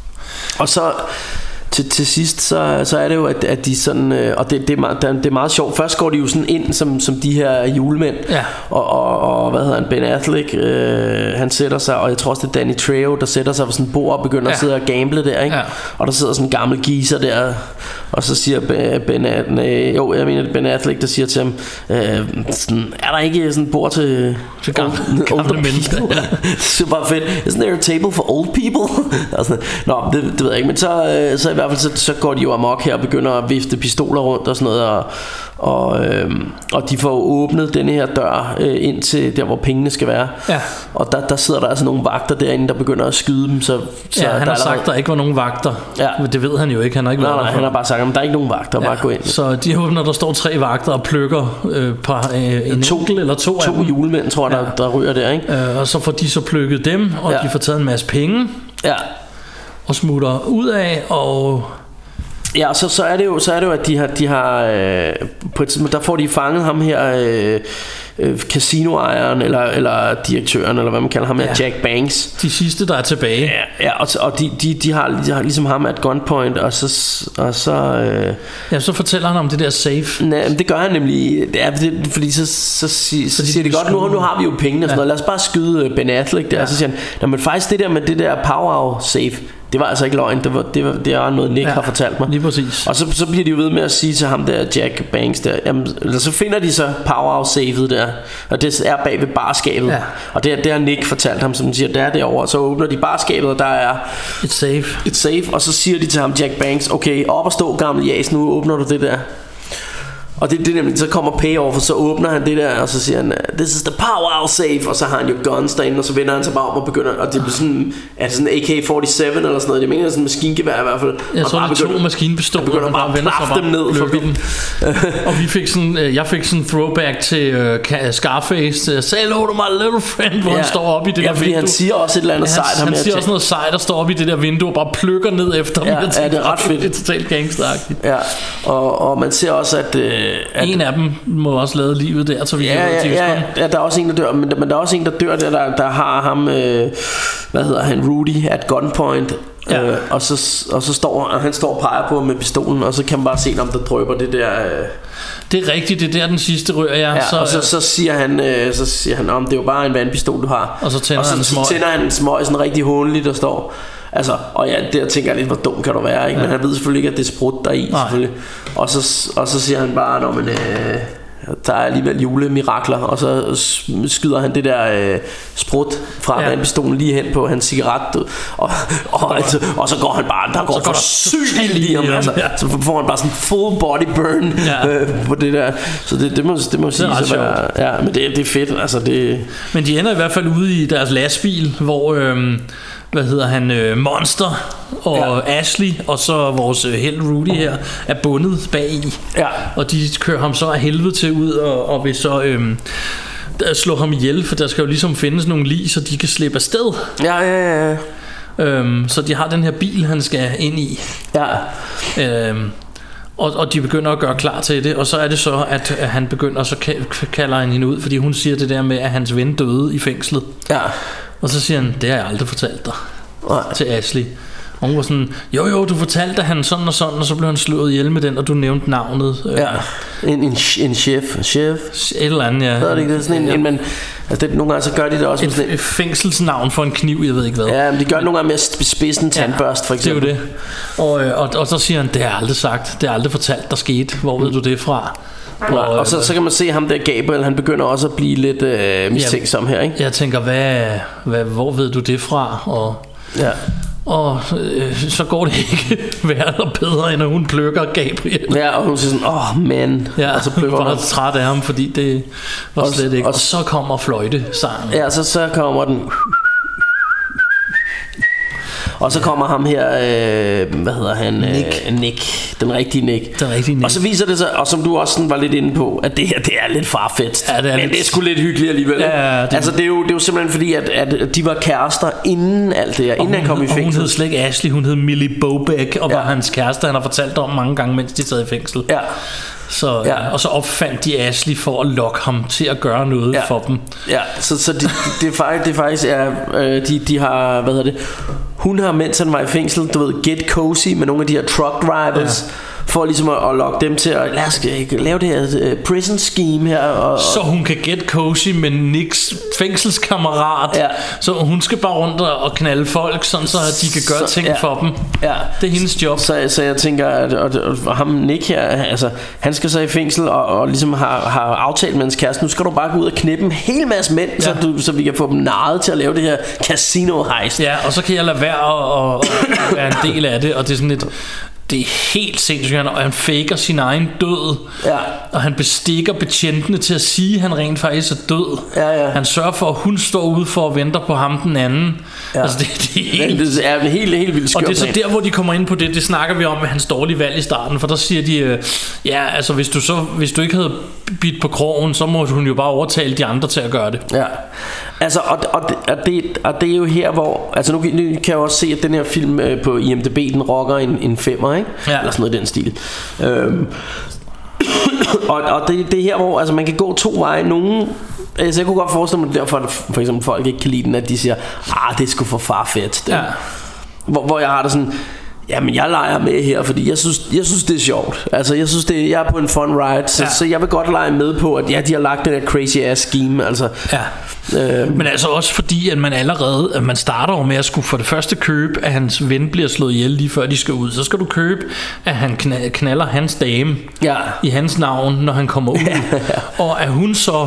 Og så Til, til sidst så, så er det jo at, at de sådan øh, og det, det, er meget, det er meget sjovt. Først går de jo sådan ind som, som de her julemænd, ja. og, og, og hvad hedder han, Ben Affleck, øh, han sætter sig, og jeg tror også det er Danny Trejo, der sætter sig på sådan et bord og begynder ja. at sidde og gamble der, ikke? Ja. Og der sidder sådan en gammel geezer der Og så siger Ben, ben nej, jo, jeg mener Ben Affleck, der siger til ham, øh, sådan, er der ikke sådan bord til, til gamle, gamle mennesker? Ja. Det er bare fedt. Isn't there a table for old people? Altså, nå, det, det ved jeg ikke. Men så, så i hvert fald så, så går de jo amok her og begynder at vifte pistoler rundt og sådan noget, og Og, øh, og de får åbnet denne her dør øh, ind til der hvor pengene skal være. Ja. Og der, der sidder der altså nogle vagter derinde, der begynder at skyde dem. Så, så ja, han der har sagt der ikke var nogen vagter. Ja. Men det ved han jo ikke. Han har ikke nej, været nej, han har bare sagt at der er ikke nogen vagter, ja. Bare gå ind. Så de åbner, der står tre vagter og plukker øh, par, øh, en to, enkelt eller to, to af dem. julemænd tror jeg, ja. der, der ryger der, ikke? øh, Og så får de så plukket dem. Og ja. de får taget en masse penge. Ja. Og smutter ud af. Og ja, så, så er det jo så er det jo at de har de har øh, på et tidspunkt der får de fanget ham her øh, øh, casinoejeren eller eller direktøren eller hvad man kalder ham her, ja. Jack Banks. De sidste der er tilbage. Ja, ja og, og de, de de har de har ligesom ham at gunpoint og så og så øh, ja, så fortæller han om det der safe. Nej, men det gør han nemlig. Det er det, fordi så så, så, så siger de godt nu nu har vi jo penge og sådan ja. noget. Lad os bare skyde Ben Affleck der. Ja. Og så siger han, "Nå, men faktisk det der med det der power safe, det var altså ikke løgn, det var, det var, det var noget Nick ja, har fortalt mig." Lige præcis. Og så, så bliver de jo ved med at sige til ham der Jack Banks der, jamen, eller så finder de så power-safet der, og det er bag ved barskabet. Ja. Og det, det har Nick fortalt ham, som han siger, der er derovre. Så åbner de barskabet, og der er et safe. Et safe, og så siger de til ham, Jack Banks, okay, op og stå gammel jas, nu åbner du det der. Og det, det nemlig, så kommer payoff, og så åbner han det der, og så siger han, "This is the power safe", og så har han jo guns derinde, og så vender han sig bare om og begynder, og det bliver sådan, er det sådan A K syvogfyrre eller sådan noget, jeg mener sådan en maskingevær i hvert fald. Jeg tror det er to maskinpistoler, og begynder bare at plaffe dem ned forbi dem. Og vi fik sådan, jeg fik sådan en throwback til uh, Scarface, uh, "Say hello to my little friend", hvor ja. han står op i det ja, der vindue. Han siger også et eller andet ja, sejt. Han, han siger også noget sejt, der står op i det der vindue og bare plukker ned efter ja, dem. Ja, det er ret fedt. Det er totalt gangsteragtigt. Ja, og, og man ser også at, øh, at en af dem må også lade livet der, så vi ja, ja, ja, ja, der er også en der dør, men, men der er også en der dør der, der, der har ham, øh, hvad hedder han, Rudy at gunpoint. Ja. Øh, og, så, og så står og han står og peger på med pistolen, og så kan man bare se, om der drypper det der. Øh. Det er rigtigt, det er der den sidste rør, ja. ja så, og så, så siger han, øh, så siger han, om det er jo bare en vandpistol du har. Og så tænder og så, han en smøg. Så tænder han en smøg, sådan rigtig håndeligt, der står. Altså, og ja, der tænker jeg lidt, hvor dum kan du være, ikke? Ja. Men han ved selvfølgelig ikke, at det er sprut der i, selvfølgelig. Og så, og så siger han bare, når man... Øh, der er alligevel julemirakler, og så skyder han det der øh, sprut fra ja. vandpistolen lige hen på hans cigaret, og, og, altså, og så går han bare, der går så for sygt lige ham, altså, ja. Så får han bare sådan full body burn ja. øh, på det der, så det, det må det må sige så være, ja, men det, det er fedt, altså det. Men de ender i hvert fald ude i deres lastbil, hvor øhm, hvad hedder han, øh, Monster og ja. Ashley og så vores øh, helt Rudy her er bundet bag i. Ja. Og de kører ham så af helvede til ud og, og vil så øh, slå ham ihjel, for der skal jo ligesom findes nogle lig, så de kan slippe afsted. Ja, ja, ja. Øhm, så de har den her bil, han skal ind i. Ja. Øhm, og, og de begynder at gøre klar til det. Og så er det så, at, at han begynder, så kalder han hende ud, fordi hun siger det der med, at hans ven døde i fængslet. Ja. Og så siger han, det har jeg aldrig fortalt dig. Nej. Til Ashley. Og hun var sådan, jo jo, du fortalte han sådan og sådan, og så blev han slået ihjel med den, og du nævnte navnet. Ja, en, en, en chef, chef. Et eller andet, ja. Det er ikke det, sådan en, ja. en man, altså det, nogle gange så gør de det også et, et fængselsnavn for en kniv, jeg ved ikke hvad. Ja, men de gør det nogle gange med spidsen tandbørst, for eksempel. Det er jo det. Og, og, og så siger han, det har jeg aldrig sagt, det har jeg aldrig fortalt, der skete. Hvor ved du det fra? Og, og så, så kan man se ham der Gabriel, han begynder også at blive lidt øh, mistænksom her, ikke? Jeg tænker, hvad, hvad, hvor ved du det fra? Og, ja. Og øh, så går det ikke værre eller bedre, end at hun plukker Gabriel. Ja, og hun siger sådan, åh, oh, man. Ja, og så hun var træt af ham, fordi det var og, slet ikke. Og, og så kommer fløjtesangen. Ja, så, så kommer den. Og så kommer ham her, øh, hvad hedder han? Nick. Øh, Nick, den rigtige Nick. Den rigtige Nick. Og så viser det sig, og som du også sådan var lidt inde på, at det her, det er lidt farfetched. Ja, det er men lidt... det er sgu lidt hyggeligt alligevel. Ja, ja, det... Altså det er, jo, det er jo simpelthen fordi, at, at de var kærester inden alt det her, inden han kom i fængsel. Og hun hed slet ikke Ashley, hun hed Millie Bobek, og ja. var hans kæreste, han har fortalt om mange gange, mens de sad i fængsel. Ja. Så, ja. Og så opfandt de Ashley for at lokke ham til at gøre noget ja. for dem. Ja, så, så det, det er faktisk, det er faktisk er, øh, de, de har, hvad hedder det, hun har, mens han var i fængsel, du ved, get cozy med nogle af de her truck drivers, ja. for ligesom at, at lokke dem til at lad os lave det her uh, prison scheme her, og, så hun kan get cozy med Nicks fængselskammerat, ja. Så hun skal bare rundt og knalde folk, sådan så at de kan gøre så, ting ja. For dem. Ja. Det er hendes job. Så, så jeg tænker, at og, og, og ham Nick her, altså, han skal så i fængsel og, og ligesom har, har aftalt med hans kæreste, nu skal du bare gå ud og knippe en hel masse mænd, ja. så, du, så vi kan få dem narret til at lave det her casino heist. Ja, og så kan jeg lade være at, at være en del af det, og det er sådan et, det er helt sindssygt, og han faker sin egen død, ja. Og han bestikker betjentene til at sige, at han rent faktisk er død. Ja, ja. Han sørger for, at hun står ude for at vente på ham den anden. Ja. Altså det, det er helt, det er helt, helt vildt skørt. Og det er så der, hvor de kommer ind på det. Det snakker vi om med hans dårlige valg i starten, for der siger de, øh, ja, altså hvis du så hvis du ikke havde bidt på krogen, så må hun jo bare overtale de andre til at gøre det. Ja. Altså og, og, det, og, det, og det er jo her, hvor altså nu, nu kan jeg også se, at den her film øh, på I M D B, den rocker en, en femmer, ikke? Ja. Eller sådan noget i den stil. Øhm. og, og det, det er her, hvor altså, man kan gå to veje. Nogen, altså jeg kunne godt forestille mig derfor, at for eksempel folk ikke kan lide den, at de siger, ah, det er sgu for farfedt. Ja. Hvor, hvor jeg har det sådan, jamen jeg leger med her, fordi jeg synes, jeg synes det er sjovt. Altså jeg synes det, jeg er på en fun ride, så, ja. Så jeg vil godt lege med på, at ja, de har lagt den her crazy ass scheme. Altså, ja. øh, Men altså også fordi, at man allerede, at man starter jo med at skulle for det første købe, at hans ven bliver slået ihjel lige før de skal ud. Så skal du købe, at han knaller hans dame, ja. I hans navn, når han kommer ud. Ja. Og at hun så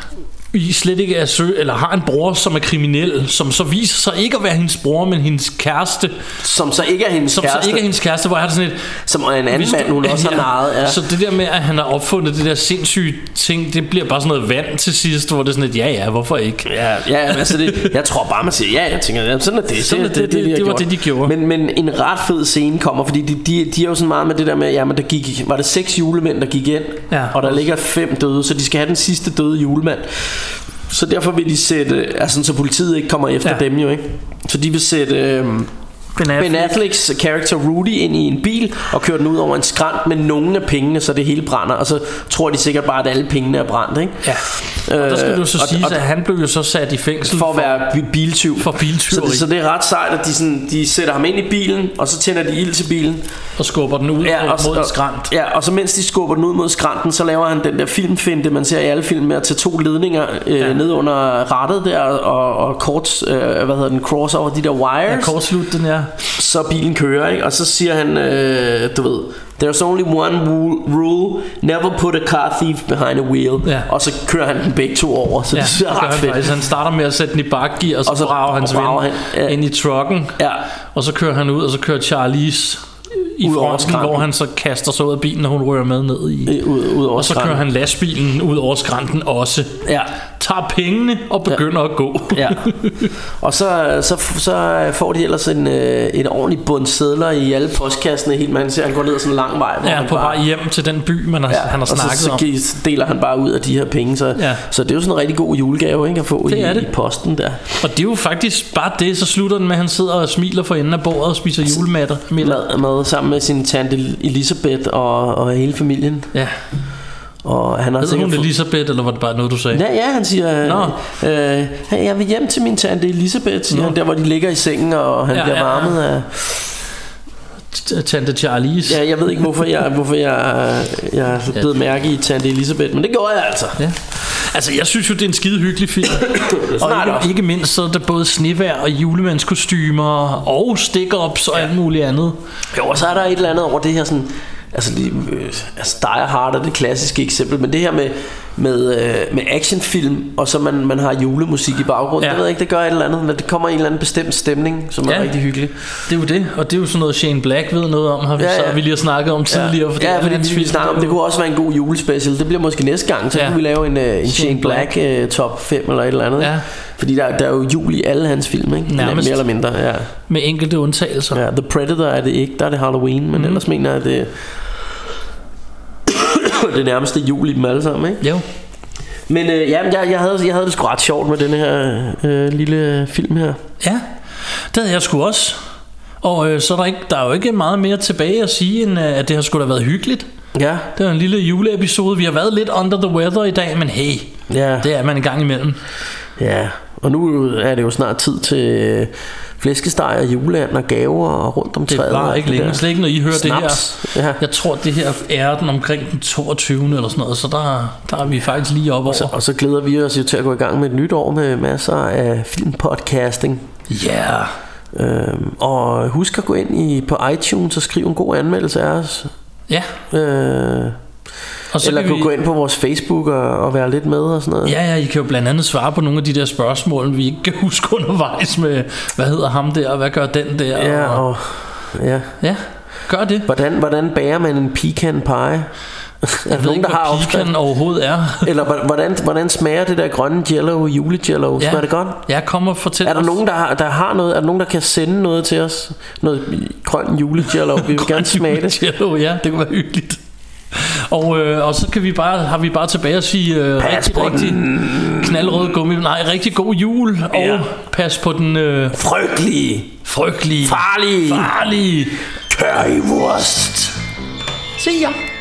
I slet ikke er sø eller har en bror som er kriminel, som så viser sig ikke at være hendes bror, men hendes kæreste, som så ikke er hendes som kæreste, så ikke er hendes kæreste, hvor jeg har sådan et, som er en anden mand, hun også har narret. Ja. Så det der med at han har opfundet det der sindssyge ting, det bliver bare sådan noget vand til sidst, hvor det er sådan et ja ja, hvorfor ikke? Ja, ja, altså det, jeg tror bare man siger ja, jeg tænker ja, sådan er det. Sådan det, det, det, det, det, det var det de gjorde. Men men en ret fed scene kommer, fordi de de, de er jo sådan meget med det der med, ja, men der gik var det seks julemænd der gik ind, ja, og der ligger fem døde, så de skal have den sidste døde julemand. Så derfor vil de sætte, altså så politiet ikke kommer efter ja. Dem jo, ikke? Så de vil sætte øh, Ben, Affleck. Ben Afflecks karakter Rudy ind i en bil og køre den ud over en skrant med nogle af pengene, så det hele brænder. Og så tror de sikkert bare, at alle pengene er brændt, ikke? Ja. Og der skal du så sige, at han blev jo så sat i fængsel for at være biltyv. For biltyveri. Så, så det er ret sejt, at de, sådan, de sætter ham ind i bilen, og så tænder de ild til bilen og skubber den ud ja, og, mod en skrant. Ja, og så mens de skubber den ud mod skranten, så laver han den der filmfinte, man ser i alle film med at tage to ledninger øh, ja. Ned under rattet der og, og kort, øh, hvad hedder den, cross over de der wires. Ja, kortslut den ja. Så bilen kører, ikke? Og så siger han, øh, du ved, there's only one rule, never put a car thief behind a wheel. Ja. Og så kører han den begge to over. Så ja, det er ret fedt. Han starter med at sætte den i bakgear, og så, og så brager hans ven han, ja. Ind i trucken. Ja. Og så kører han ud, og så kører Charlize i fronten, hvor han så kaster sig ud af bilen, og hun rører med ned i. Ud, ud over og så kører han lastbilen ud over skrænten også. Ja. Tager pengene og begynder ja. At gå. Ja. Og så, så, så får de ellers en, en ordentlig bund sedler i alle postkassene. Helt, man ser, han går ned sådan en lang vej. Ja, på vej hjem til den by, man har, ja. Han har snakket så, om. Og så deler han bare ud af de her penge. Så, ja. Så det er jo sådan en rigtig god julegave, ikke, at få i, i posten der. Og det er jo faktisk bare det. Så slutter den med, at han sidder og smiler for enden af bordet og spiser julematter. Mad, mad sammen med sin tante Elisabeth og, og hele familien. Ja. Og han har Hed hun Elisabeth, eller var det bare noget du sagde? Ja, ja, han siger øh, hey, jeg vil hjem til min tante Elisabeth, siger han, der hvor de ligger i sengen, og han ja, bliver varmet ja, ja. af tante Charlize. Ja, jeg ved ikke hvorfor jeg hvorfor jeg jeg er blevet mærke i tante Elisabeth, men det gjorde jeg altså. Ja. Altså jeg synes jo det er en skide hyggelig film. Og ikke, ikke mindst så er der både snevejr og julemandskostymer og stick-ups og ja. Alt muligt andet. Jo, og så er der et eller andet over det her sådan. Altså, lige, øh, altså Die Hard er det klassiske eksempel, men det her med med, øh, med actionfilm, og så man, man har julemusik i baggrunden, ja. Det ved jeg ikke, det gør et eller andet, men det kommer i en eller anden bestemt stemning, som ja. Er rigtig hyggelig. Det er jo det, og det er jo sådan noget Shane Black ved noget om, har vi, ja, ja. Så har vi lige snakket om tidligere. Ja, fordi, ja, fordi vi, vi snakker om, det kunne også være en god julespecial, det bliver måske næste gang, så ja. Kunne vi lave en, en Shane Black uh, top fem eller et eller andet. Ja. Fordi der, der er jo jul i alle hans film, ikke? Nærmest. Mere eller mindre, ja. Med enkelte undtagelser. Ja, The Predator er det ikke, der er det Halloween, men mm. ellers mener jeg, at det det nærmeste jul i dem alle sammen, ikke? Jo. Men øh, ja, jeg, jeg, havde, jeg havde det sgu ret sjovt med denne her øh, lille film her. Ja, det havde jeg sgu også. Og øh, så er der, ikke, der er jo ikke meget mere tilbage at sige, end at det har sgu da været hyggeligt. Ja. Det var en lille juleepisode. Vi har været lidt under the weather i dag, men hey, ja. Det er man en gang imellem. Ja, Og nu er det jo snart tid til flæskesteg og juleand og gaver og rundt om træet. Det var ikke længe. Slet ikke når I hører Snaps. det her. Ja. Jeg tror det her er den omkring den toogtyvende eller sådan noget. Så der, der er vi faktisk lige op over. Og så, og så glæder vi os jo til at gå i gang med et nyt år med masser af filmpodcasting. Ja yeah. øhm, Og husk at gå ind i, på iTunes og skrive en god anmeldelse af os. Ja øh, og så Eller kan kunne vi gå ind på vores Facebook og, og være lidt med og sådan noget. Ja, ja, I kan jo blandt andet svare på nogle af de der spørgsmål vi ikke kan huske undervejs med, hvad hedder ham der, og hvad gør den der. Ja, og, og ja. ja, gør det. Hvordan, hvordan bager man en pecan pie? Jeg ved ikke, hvad pecan overhovedet er. Eller hvordan, hvordan smager det der grønne jello, julejello? Ja. Smager det godt? Ja, kom og fortæl Er der os. nogen, der har, der har noget? Er der nogen, der kan sende noget til os? Noget grøn julejello? Vi vil gerne smage det. Jello, ja, det kunne være hyggeligt. Og, øh, og så kan vi bare, har vi bare tilbage at sige øh, rigtig, rigtig knaldrød gummi. Nej, rigtig god jul. Ja. Og pas på den øh, frygtelige, frygtelige, farlige, farlige currywurst. Se jer.